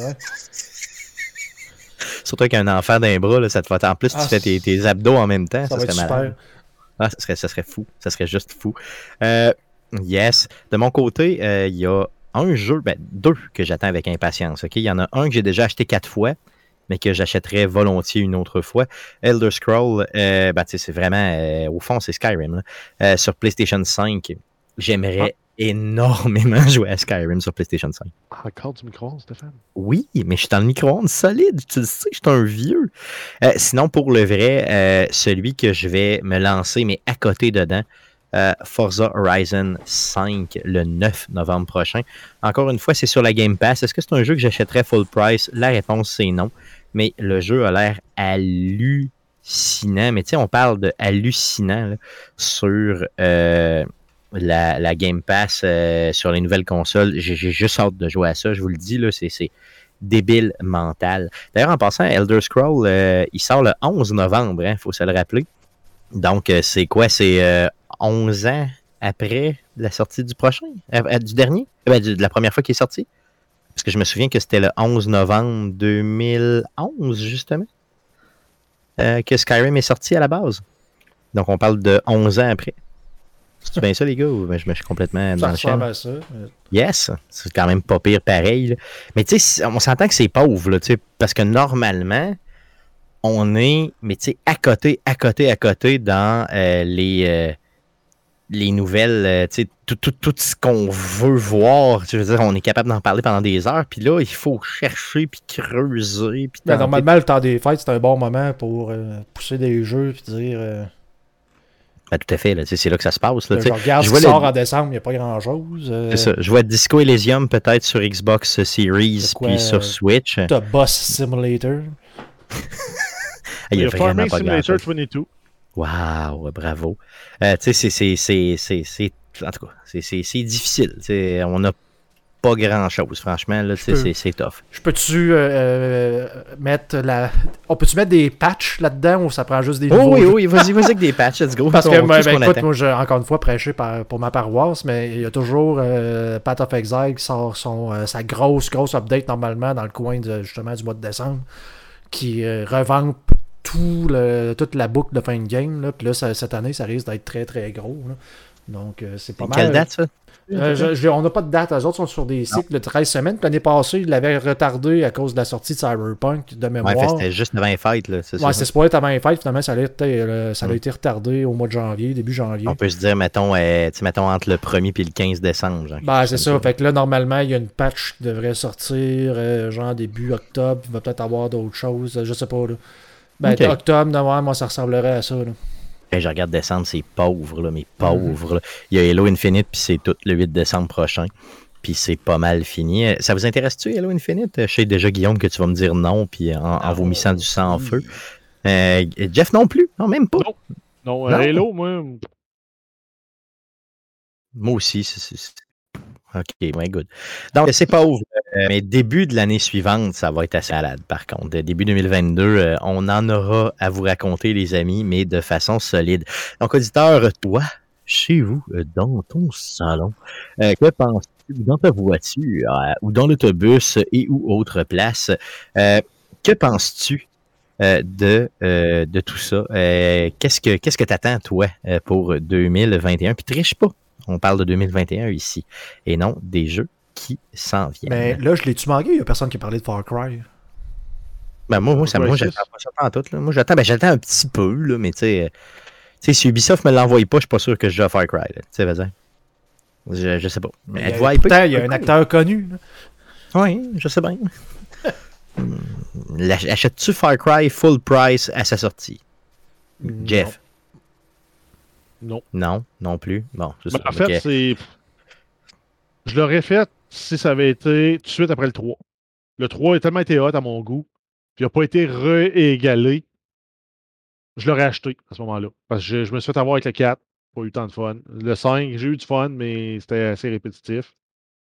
Surtout qu'un enfant d'un bras, là, ça te fait. En plus, Ah, tu fais tes, tes abdos en même temps. Ça Ça, va être serait super. malade. Ah, ça serait, ça serait fou. Ça serait juste fou. Euh, yes. De mon côté, euh, il y a un jeu, ben, deux que j'attends avec impatience. Ok, il y en a un que j'ai déjà acheté quatre fois, mais que j'achèterais volontiers une autre fois. Elder Scrolls, euh, ben, tu sais, c'est vraiment, euh, au fond, c'est Skyrim. Là. Euh, sur PlayStation cinq, j'aimerais énormément jouer à Skyrim sur PlayStation cinq. Encore du micro-ondes, Stéphane? Oui, mais je suis dans le micro-ondes solide. Tu le sais, je suis un vieux. Euh, sinon, pour le vrai, euh, celui que je vais me lancer, mais à côté dedans, euh, Forza Horizon cinq, le neuf novembre prochain. Encore une fois, c'est sur la Game Pass. Est-ce que c'est un jeu que j'achèterais full price? La réponse, c'est non. Mais le jeu a l'air hallucinant. Mais tu sais, on parle de hallucinant là, sur... Euh, La, la Game Pass euh, sur les nouvelles consoles. J'ai, j'ai juste hâte de jouer à ça. Je vous le dis, là, c'est, c'est débile mental. D'ailleurs, en passant, Elder Scrolls, euh, il sort le onze novembre, il hein, faut se le rappeler. Donc, euh, c'est quoi? C'est euh, onze ans après la sortie du prochain? Euh, du dernier? Euh, ben, du, de la première fois qu'il est sorti? Parce que je me souviens que c'était le onze novembre deux mille onze, justement, euh, que Skyrim est sorti à la base. Donc, on parle de onze ans après. C'est bien ça, les gars, ou ben, je me suis complètement Ça dans le champ? ressemble à ça. Euh, Yes, c'est quand même pas pire pareil. Là. Mais tu sais, on s'entend que c'est pauvre, là, parce que normalement, on est, mais tu sais, à côté, à côté, à côté dans euh, les, euh, les nouvelles, euh, tu sais, tout, tout, tout ce qu'on veut voir. Je veux dire, on est capable d'en parler pendant des heures, puis là, il faut chercher, puis creuser, puis ben, tenter. normalement, le temps des fêtes, c'est un bon moment pour euh, pousser des jeux et dire. Euh, Ben, tout à fait, là, c'est là que ça se passe. Là, je regarde je ce qui vois sort le- en décembre, il n'y a pas grand-chose. Euh, C'est ça. Je vois Disco Elysium peut-être sur Xbox Series, C'est quoi, puis sur euh, Switch. T'as Boss Simulator. Ah, il y a vraiment Farming pas Simulator grand-chose. vingt-deux. Wow, bravo. Euh, tu sais, c'est, c'est, c'est, c'est, c'est, en tout cas, c'est, c'est, c'est difficile. Tu sais, on a pas grand-chose, franchement. Là, peux... c'est, c'est tough. Je peux-tu euh, mettre la... On peut-tu mettre des patchs là-dedans ou ça prend juste des oh, nouveaux oui, jeux? oui, vas-y, vas-y avec des patchs, let's go. Parce que, on, ben, ben, écoute, attend. moi, j'ai encore une fois prêché par, pour ma paroisse, mais il y a toujours euh, Path of Exile qui sort son, euh, sa grosse, grosse update normalement dans le coin de, justement du mois de décembre, qui euh, revampe tout le, toute la boucle de fin de game. Là. Puis là, ça, cette année, ça risque d'être très, très gros. Là. Donc, euh, c'est pas mal. Quelle date, ça? Euh, je, je, on n'a pas de date. Eux autres sont sur des cycles non. de treize semaines. Puis l'année passée, ils l'avaient retardé à cause de la sortie de Cyberpunk de mémoire. Ouais, c'était juste avant les fêtes. Là, c'est ouais, ça. c'est supposé être avant les fêtes. Finalement, ça a, été, euh, ça a mm. été retardé au mois de janvier, début janvier. On peut se dire, mettons, euh, mettons entre le premier et le quinze décembre. Genre, ben, c'est ça. ça. Fait que là, normalement, il y a une patch qui devrait sortir euh, genre début octobre. Il va peut-être avoir d'autres choses. Je sais pas. Là. Ben, okay. Octobre, novembre, moi, ça ressemblerait à ça. Là. Hey, je regarde décembre, c'est pauvre, là, mais pauvre. Mm-hmm. Là. Il y a Halo Infinite, puis c'est tout le huit décembre prochain. Puis c'est pas mal fini. Ça vous intéresse-tu, Halo Infinite? Je sais déjà, Guillaume, que tu vas me dire non, puis en, en vomissant du sang en oui. feu. Euh, Jeff non plus? Non, même pas. Non, non, non. Halo, moi... Moi aussi, c'est... c'est... OK, ouais, good. Donc, c'est pas ouvert. Euh, mais début de l'année suivante, ça va être assez malade, par contre. Début deux mille vingt-deux, euh, on en aura à vous raconter, les amis, mais de façon solide. Donc, auditeur, toi, chez vous, dans ton salon, euh, que penses-tu dans ta voiture euh, ou dans l'autobus et ou autre place? Euh, que penses-tu euh, de, euh, de tout ça? Euh, qu'est-ce que qu'est-ce que t'attends, toi, pour deux mille vingt et un? Puis triche pas. On parle de deux mille vingt et un ici, et non des jeux qui s'en viennent. Mais là, je l'ai-tu manqué? Il n'y a personne qui a parlé de Far Cry. Ben moi, moi, ça, moi j'attends pas ça en tout. Là. Moi, j'attends, ben, j'attends un petit peu, là, mais tu sais, si Ubisoft me l'envoie pas, je suis pas sûr que je joue à Far Cry. Tu sais, vas-y. Je, je sais pas. Mais il y a, pourtant, il y a un acteur connu. Là. Oui, je sais bien. Achètes-tu Far Cry full price à sa sortie? Non. Jeff? Non. Non, non plus. Bon, ben, en fait, okay. c'est. Je l'aurais fait si ça avait été tout de suite après le trois. Le trois a tellement été hot à mon goût, puis il n'a pas été réégalé. Je l'aurais acheté à ce moment-là. Parce que je, je me suis fait avoir avec le quatre. Pas eu tant de fun. Le cinq, j'ai eu du fun, mais c'était assez répétitif.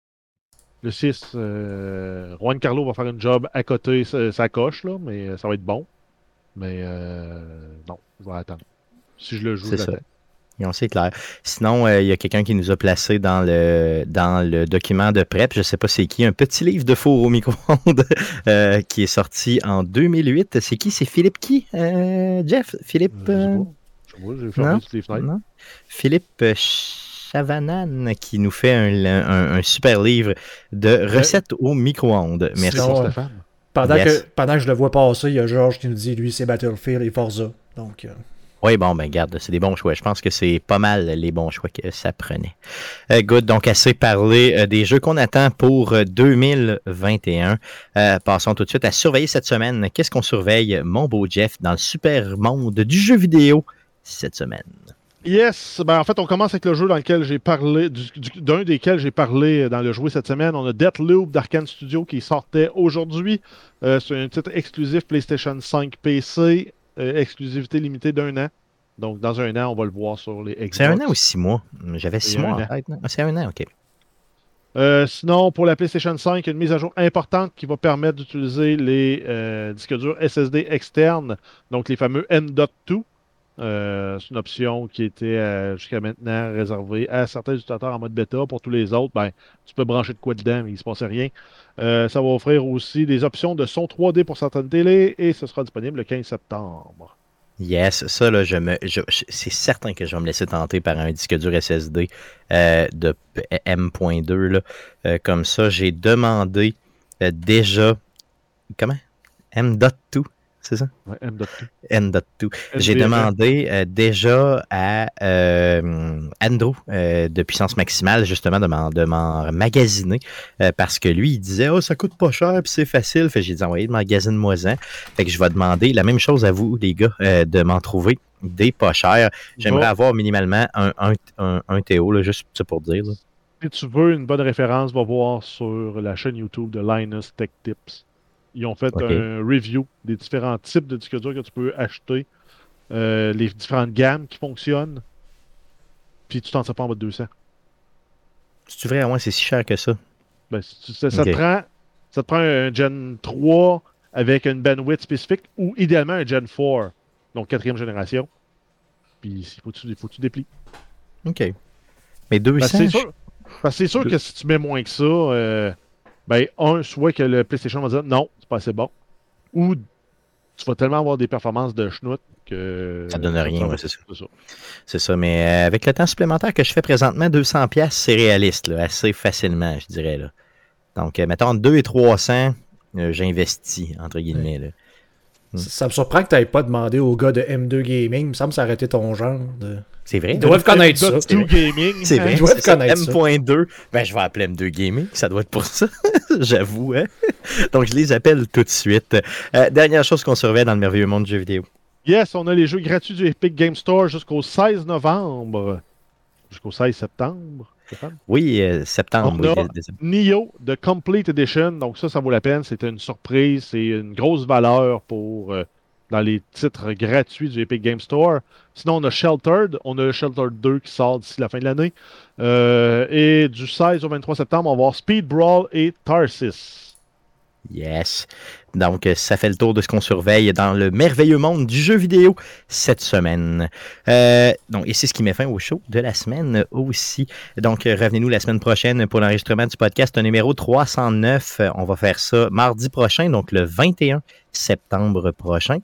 Le six, euh, Juan Carlo va faire un job à côté, ça, ça coche, là, mais ça va être bon. Mais euh, non, je vais attendre. Si je le joue, c'est je ça. l'attends. Non, c'est clair. Sinon, il euh, y a quelqu'un qui nous a placé dans le dans le document de prep, je ne sais pas c'est qui, un petit livre de four au micro-ondes euh, qui est sorti en deux mille huit. C'est qui? C'est Philippe qui? Euh, Jeff? Philippe? Euh... Je sais pas, j'ai fermé toutes les fenêtres. Non? Philippe Chavanan qui nous fait un, un, un super livre de recettes ouais. au micro-ondes. Merci. Sinon, euh, pendant, yes. que, pendant que je le vois passer, il y a Georges qui nous dit, lui, c'est Battlefield et Forza. Donc... Euh... Oui, bon, ben garde, c'est des bons choix. Je pense que c'est pas mal les bons choix que ça prenait. Euh, good, donc assez parlé euh, des jeux qu'on attend pour euh, deux mille vingt et un. Euh, passons tout de suite à surveiller cette semaine. Qu'est-ce qu'on surveille, mon beau Jeff, dans le super monde du jeu vidéo cette semaine? Yes, ben en fait, on commence avec le jeu dans lequel j'ai parlé, du, du, d'un desquels j'ai parlé dans le jouet cette semaine. On a Deathloop d'Arkane Studio qui sortait aujourd'hui. Euh, c'est un titre exclusif PlayStation cinq P C. Euh, exclusivité limitée d'un an. Donc, dans un an, on va le voir sur les Xbox. C'est un an ou six mois? J'avais six mois en tête. C'est un an, OK. Euh, sinon, pour la PlayStation cinq, il y a une mise à jour importante qui va permettre d'utiliser les euh, disques durs S S D externes, donc les fameux M dot deux. Euh, c'est une option qui était euh, jusqu'à maintenant réservée à certains utilisateurs en mode bêta. Pour tous les autres, ben, tu peux brancher de quoi dedans, mais il ne se passe rien. Euh, ça va offrir aussi des options de son trois D pour certaines télés et ce sera disponible le quinze septembre. Yes, ça, là, je me, je, c'est certain que je vais me laisser tenter par un disque dur S S D euh, de M deux. Là. Euh, comme ça, j'ai demandé euh, déjà. Comment? M dot deux. C'est ça? Ouais, M dot deux. M dot deux. J'ai demandé euh, déjà à euh, Andrew euh, de Puissance Maximale, justement, de m'en, de m'en magasiner euh, parce que lui, il disait « Oh, ça coûte pas cher puis c'est facile. » Fait que j'ai dit « Envoyez de magasine-moi-en. » Fait que je vais demander la même chose à vous, les gars, euh, de m'en trouver des pas chers. J'aimerais bon. avoir minimalement un, un, un, un Théo, là, juste pour dire. Là. Si tu veux une bonne référence, va voir sur la chaîne YouTube de Linus Tech Tips. Ils ont fait okay. un review des différents types de disques durs que tu peux acheter, euh, les différentes gammes qui fonctionnent, puis tu t'en sors pas en bas de deux cents. C'est vrai, ouais, c'est si cher que ça. Ben, ça, ça, Okay. te prend, ça te prend un Gen trois avec une bandwidth spécifique ou idéalement un Gen quatre, donc quatrième génération. Puis il faut que tu, faut que tu déplies. OK. Mais deux cents... Parce que c'est sûr, parce que, c'est sûr Deux- que si tu mets moins que ça, euh, ben, un, soit que le PlayStation va dire non, c'est pas assez bon, ou tu vas tellement avoir des performances de schnout que. Ça donne te rien, prend- ouais, c'est ça. c'est ça. C'est ça, mais euh, avec le temps supplémentaire que je fais présentement, deux cents pièces, c'est réaliste, là, assez facilement, je dirais. Là. Donc, euh, mettons, deux et trois cents, euh, j'investis, entre guillemets. Là. Ça, ça me surprend que tu n'aies pas demandé au gars de M deux Gaming. Il me semble s'arrêter ton genre. De... C'est vrai? Ils doivent connaître ça. M deux Gaming. C'est vrai, Ils doivent c'est ça, connaître ça. M deux. Ben, je vais appeler M deux Gaming, ça doit être pour ça, j'avoue. Hein? Donc, je les appelle tout de suite. Euh, dernière chose qu'on surveille dans le merveilleux monde du jeu vidéo. Yes, on a les jeux gratuits du Epic Game Store jusqu'au seize novembre. Jusqu'au seize septembre. Stéphane? Oui, euh, septembre. On a oui, des- des- Nioh de Complete Edition. Donc ça, ça vaut la peine. C'était une surprise. C'est une grosse valeur pour euh, dans les titres gratuits du Epic Game Store. Sinon, on a Sheltered. On a Sheltered deux qui sort d'ici la fin de l'année. Euh, et du seize au vingt-trois septembre, on va avoir Speed Brawl et Tarsis. Yes. Donc, euh, ça fait le tour de ce qu'on surveille dans le merveilleux monde du jeu vidéo cette semaine. Euh, donc, et c'est ce qui met fin au show de la semaine aussi. Donc, euh, revenez-nous la semaine prochaine pour l'enregistrement du podcast numéro trois cent neuf. Euh, On va faire ça mardi prochain, donc le vingt et un septembre prochain.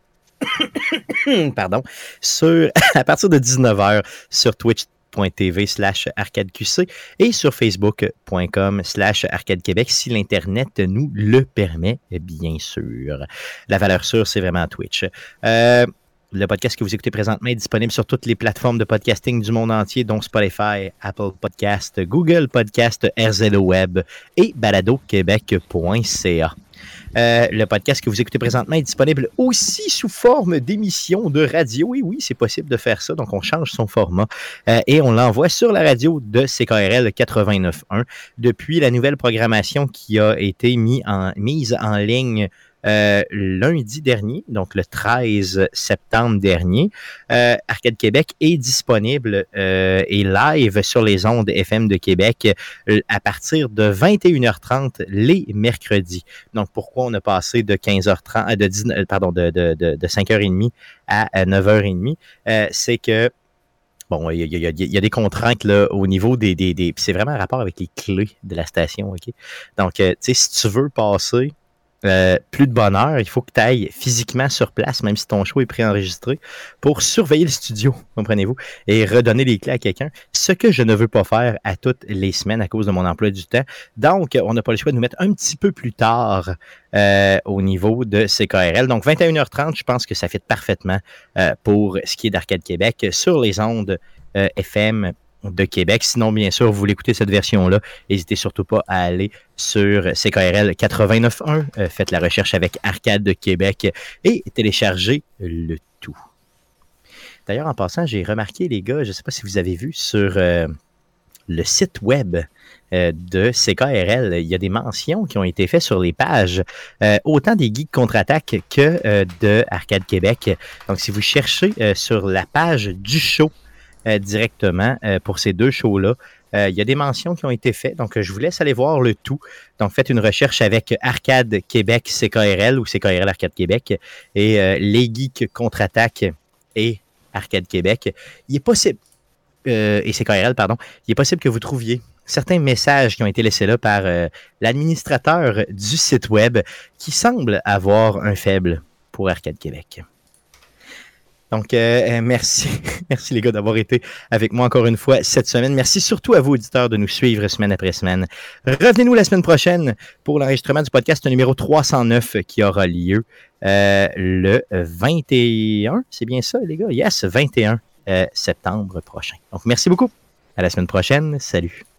Pardon. Sur, à partir de dix-neuf heures sur Twitch. .tv slash arcadeqc et sur facebook.com slash arcadequebec si l'Internet nous le permet, bien sûr. La valeur sûre, c'est vraiment Twitch. Euh, le podcast que vous écoutez présentement est disponible sur toutes les plateformes de podcasting du monde entier, dont Spotify, Apple Podcast, Google Podcast, R Z O Web et baladoquebec point c a. Euh, le podcast que vous écoutez présentement est disponible aussi sous forme d'émission de radio. Et oui, c'est possible de faire ça. Donc, on change son format euh, et on l'envoie sur la radio de C K R L quatre-vingt-neuf point un depuis la nouvelle programmation qui a été mis en, mise en ligne Euh, lundi dernier, donc le treize septembre dernier. Euh, Arcade Québec est disponible euh, et live sur les ondes F M de Québec euh, à partir de vingt et une heures trente les mercredis. Donc, pourquoi on a passé de quinze heures trente, de, dix, pardon, de, de, de, de cinq heures trente à neuf heures trente? Euh, c'est que Bon, il y, y, y, y a des contraintes là, au niveau des... des, des c'est vraiment un rapport avec les clés de la station. Okay? Donc, euh, tu sais, si tu veux passer Euh, plus de bonheur, il faut que tu ailles physiquement sur place, même si ton show est préenregistré, pour surveiller le studio, comprenez-vous, et redonner les clés à quelqu'un, ce que je ne veux pas faire à toutes les semaines à cause de mon emploi du temps. Donc, on n'a pas le choix de nous mettre un petit peu plus tard euh, au niveau de C K R L. Donc, vingt et une heures trente, je pense que ça fit parfaitement euh, pour ce qui est d'Arcade Québec sur les ondes euh, F M de Québec. Sinon, bien sûr, vous voulez écouter cette version-là, n'hésitez surtout pas à aller sur C K R L quatre-vingt-neuf point un. Euh, faites la recherche avec Arcade de Québec et téléchargez le tout. D'ailleurs, en passant, j'ai remarqué, les gars, je ne sais pas si vous avez vu sur euh, le site web euh, de C K R L, il y a des mentions qui ont été faites sur les pages, euh, autant des Geeks Contre-Attaque que euh, de Arcade Québec. Donc, si vous cherchez euh, sur la page du show, Euh, directement euh, pour ces deux shows-là. Euh, il y a des mentions qui ont été faites, donc euh, je vous laisse aller voir le tout. Donc, faites une recherche avec Arcade Québec C K R L ou C K R L Arcade Québec et euh, les Geeks Contre-Attaque et Arcade Québec. Il est possible, euh, et C K R L, pardon, il est possible que vous trouviez certains messages qui ont été laissés là par euh, l'administrateur du site web qui semble avoir un faible pour Arcade Québec. Donc, euh, merci. Merci les gars d'avoir été avec moi encore une fois cette semaine. Merci surtout à vous, auditeurs, de nous suivre semaine après semaine. Revenez-nous la semaine prochaine pour l'enregistrement du podcast numéro trois cent neuf qui aura lieu euh, le vingt et un. C'est bien ça, les gars? Yes, vingt et un euh, septembre prochain. Donc, merci beaucoup. À la semaine prochaine. Salut.